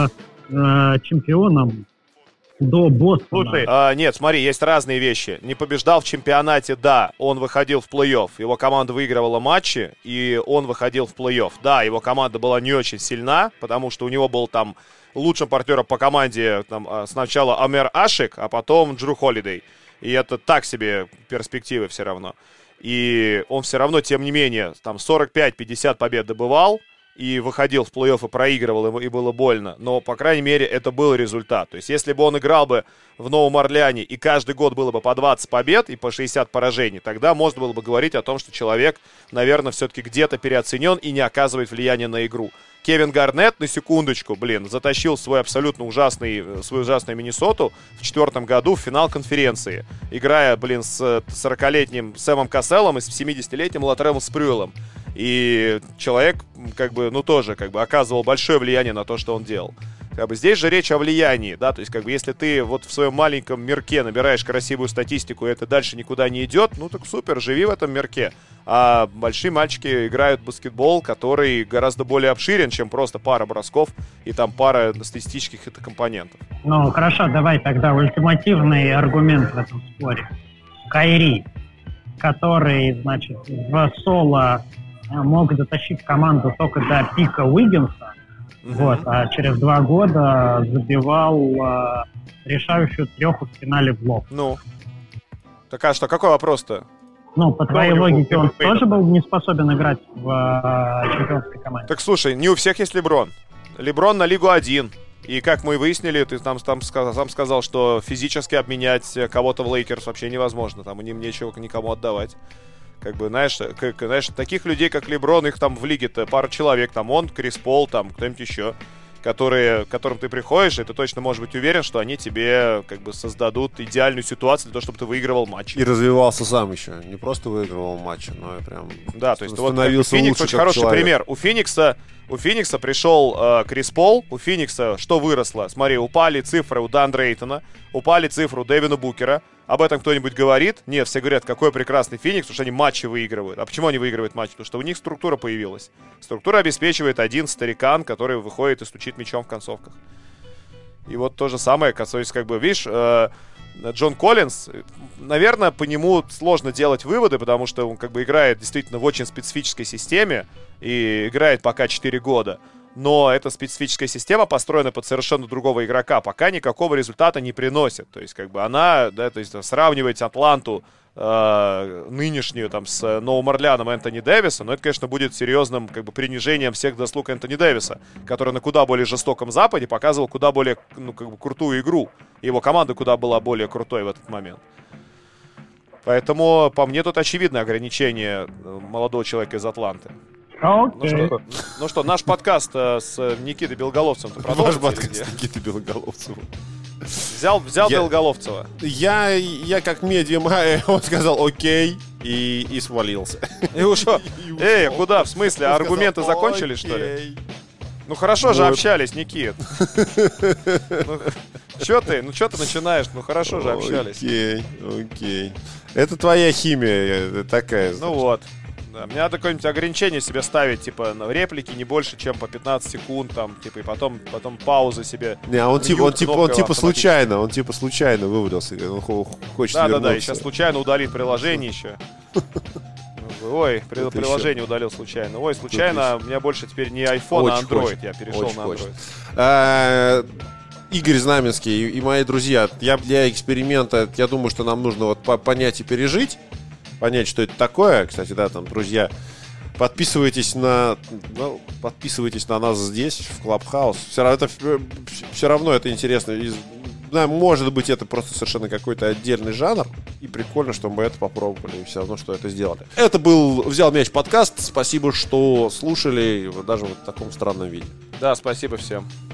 чемпионом до Бостона. Слушай, нет, смотри, есть разные вещи. Не побеждал в чемпионате, да, он выходил в плей-офф. Его команда выигрывала матчи, и он выходил в плей-офф. Да, его команда была не очень сильна, потому что у него был там лучшим партнером по команде там, сначала Амер Ашик, а потом Джру Холидей. И это так себе перспективы все равно. И он все равно, тем не менее, там 45-50 побед добывал, и выходил в плей-офф и проигрывал, и было больно. Но, по крайней мере, это был результат. То есть, если бы он играл бы в Новом Орлеане, и каждый год было бы по 20 побед и по 60 поражений, тогда можно было бы говорить о том, что человек, наверное, все-таки где-то переоценен и не оказывает влияния на игру. Кевин Гарнетт, на секундочку, затащил свою ужасную Миннесоту в 2004 году в финал конференции, играя, с 40-летним Сэмом Касселом и с 70-летним Латреллом Спрюэлом. И человек, тоже оказывал большое влияние на то, что он делал. Здесь же речь о влиянии, да, то есть, если ты вот в своем маленьком мирке набираешь красивую статистику, и это дальше никуда не идет, ну так супер, живи в этом мирке. А большие мальчики играют в баскетбол, который гораздо более обширен, чем просто пара бросков и там пара статистических компонентов. Ну, хорошо, давай тогда ультимативный аргумент в этом споре. Кайри, который, значит, в соло мог дотащить команду только до пика Уиггинса, а через 2 года забивал решающую треху в финале в лоб. Ну, так а что, какой вопрос-то? Ну, по твоей логике, он тоже был не способен играть в чемпионской команде? Так слушай, не у всех есть Леброн. Леброн на Лигу один. И как мы выяснили, ты там сам сказал, что физически обменять кого-то в Лейкерс вообще невозможно. Там им нечего никому отдавать. Знаешь, таких людей, как Леброн, их там в лиге-то пара человек. Там он, Крис Пол, там кто-нибудь еще, к которым ты приходишь, и ты точно можешь быть уверен, что они тебе создадут идеальную ситуацию для того, чтобы ты выигрывал матч. И развивался сам еще. Не просто выигрывал матчи, но и прям да, то есть становился Феникс лучше очень как хороший человек. пример. У Феникса пришел Крис Пол, у Феникса что выросло? Смотри, упали цифры у Дандре Эйтона, упали цифры у Дэвина Букера. Об этом кто-нибудь говорит? Нет, все говорят, какой прекрасный Феникс, потому что они матчи выигрывают. А почему они выигрывают матчи? Потому что у них структура появилась. Структура обеспечивает один старикан, который выходит и стучит мячом в концовках. И вот то же самое, то есть, видишь, Джон Коллинз, наверное, по нему сложно делать выводы, потому что он играет действительно в очень специфической системе и играет пока 4 года. Но эта специфическая система построена под совершенно другого игрока, пока никакого результата не приносит. То есть, она, да, то есть сравнивать Атланту нынешнюю там с Новым Орлеаном Энтони Дэвиса, но это, конечно, будет серьезным принижением всех заслуг Энтони Дэвиса, который на куда более жестоком Западе показывал куда более крутую игру. И его команда куда была более крутой в этот момент. Поэтому, по мне, тут очевидное ограничение молодого человека из Атланты. Okay. Ну что, наш подкаст с Никитой Белоголовцем продолжим? Наш подкаст с Никитой Белоголовцем. Взял Белоголовцева. Я как медиа, он сказал окей и свалился. И ушел. Эй, куда? В смысле? Он аргументы сказал, закончились, что ли? Ну хорошо же общались, Никит. Чё ты начинаешь? Ну хорошо же общались. Окей. Это твоя химия такая. Ну вот. Да, мне надо какое-нибудь ограничение себе ставить, на реплики не больше, чем по 15 секунд, там, и потом паузы себе. Не, он случайно вывалился, он хочет вернуться. Да, и сейчас случайно удалит приложение еще. Ой, приложение удалил случайно. Ой, случайно, у меня больше теперь не iPhone, а Android, я перешел на Android. Игорь Знаменский и мои друзья, для эксперимента, я думаю, что нам нужно вот понять и пережить, понять, что это такое. Кстати, да, там, друзья, подписывайтесь на нас здесь, в Clubhouse. Все равно это интересно. Да, может быть, это просто совершенно какой-то отдельный жанр. И прикольно, что мы это попробовали. И все равно, что это сделали. Это был «Взял мяч» подкаст. Спасибо, что слушали даже в таком странном виде. Да, спасибо всем.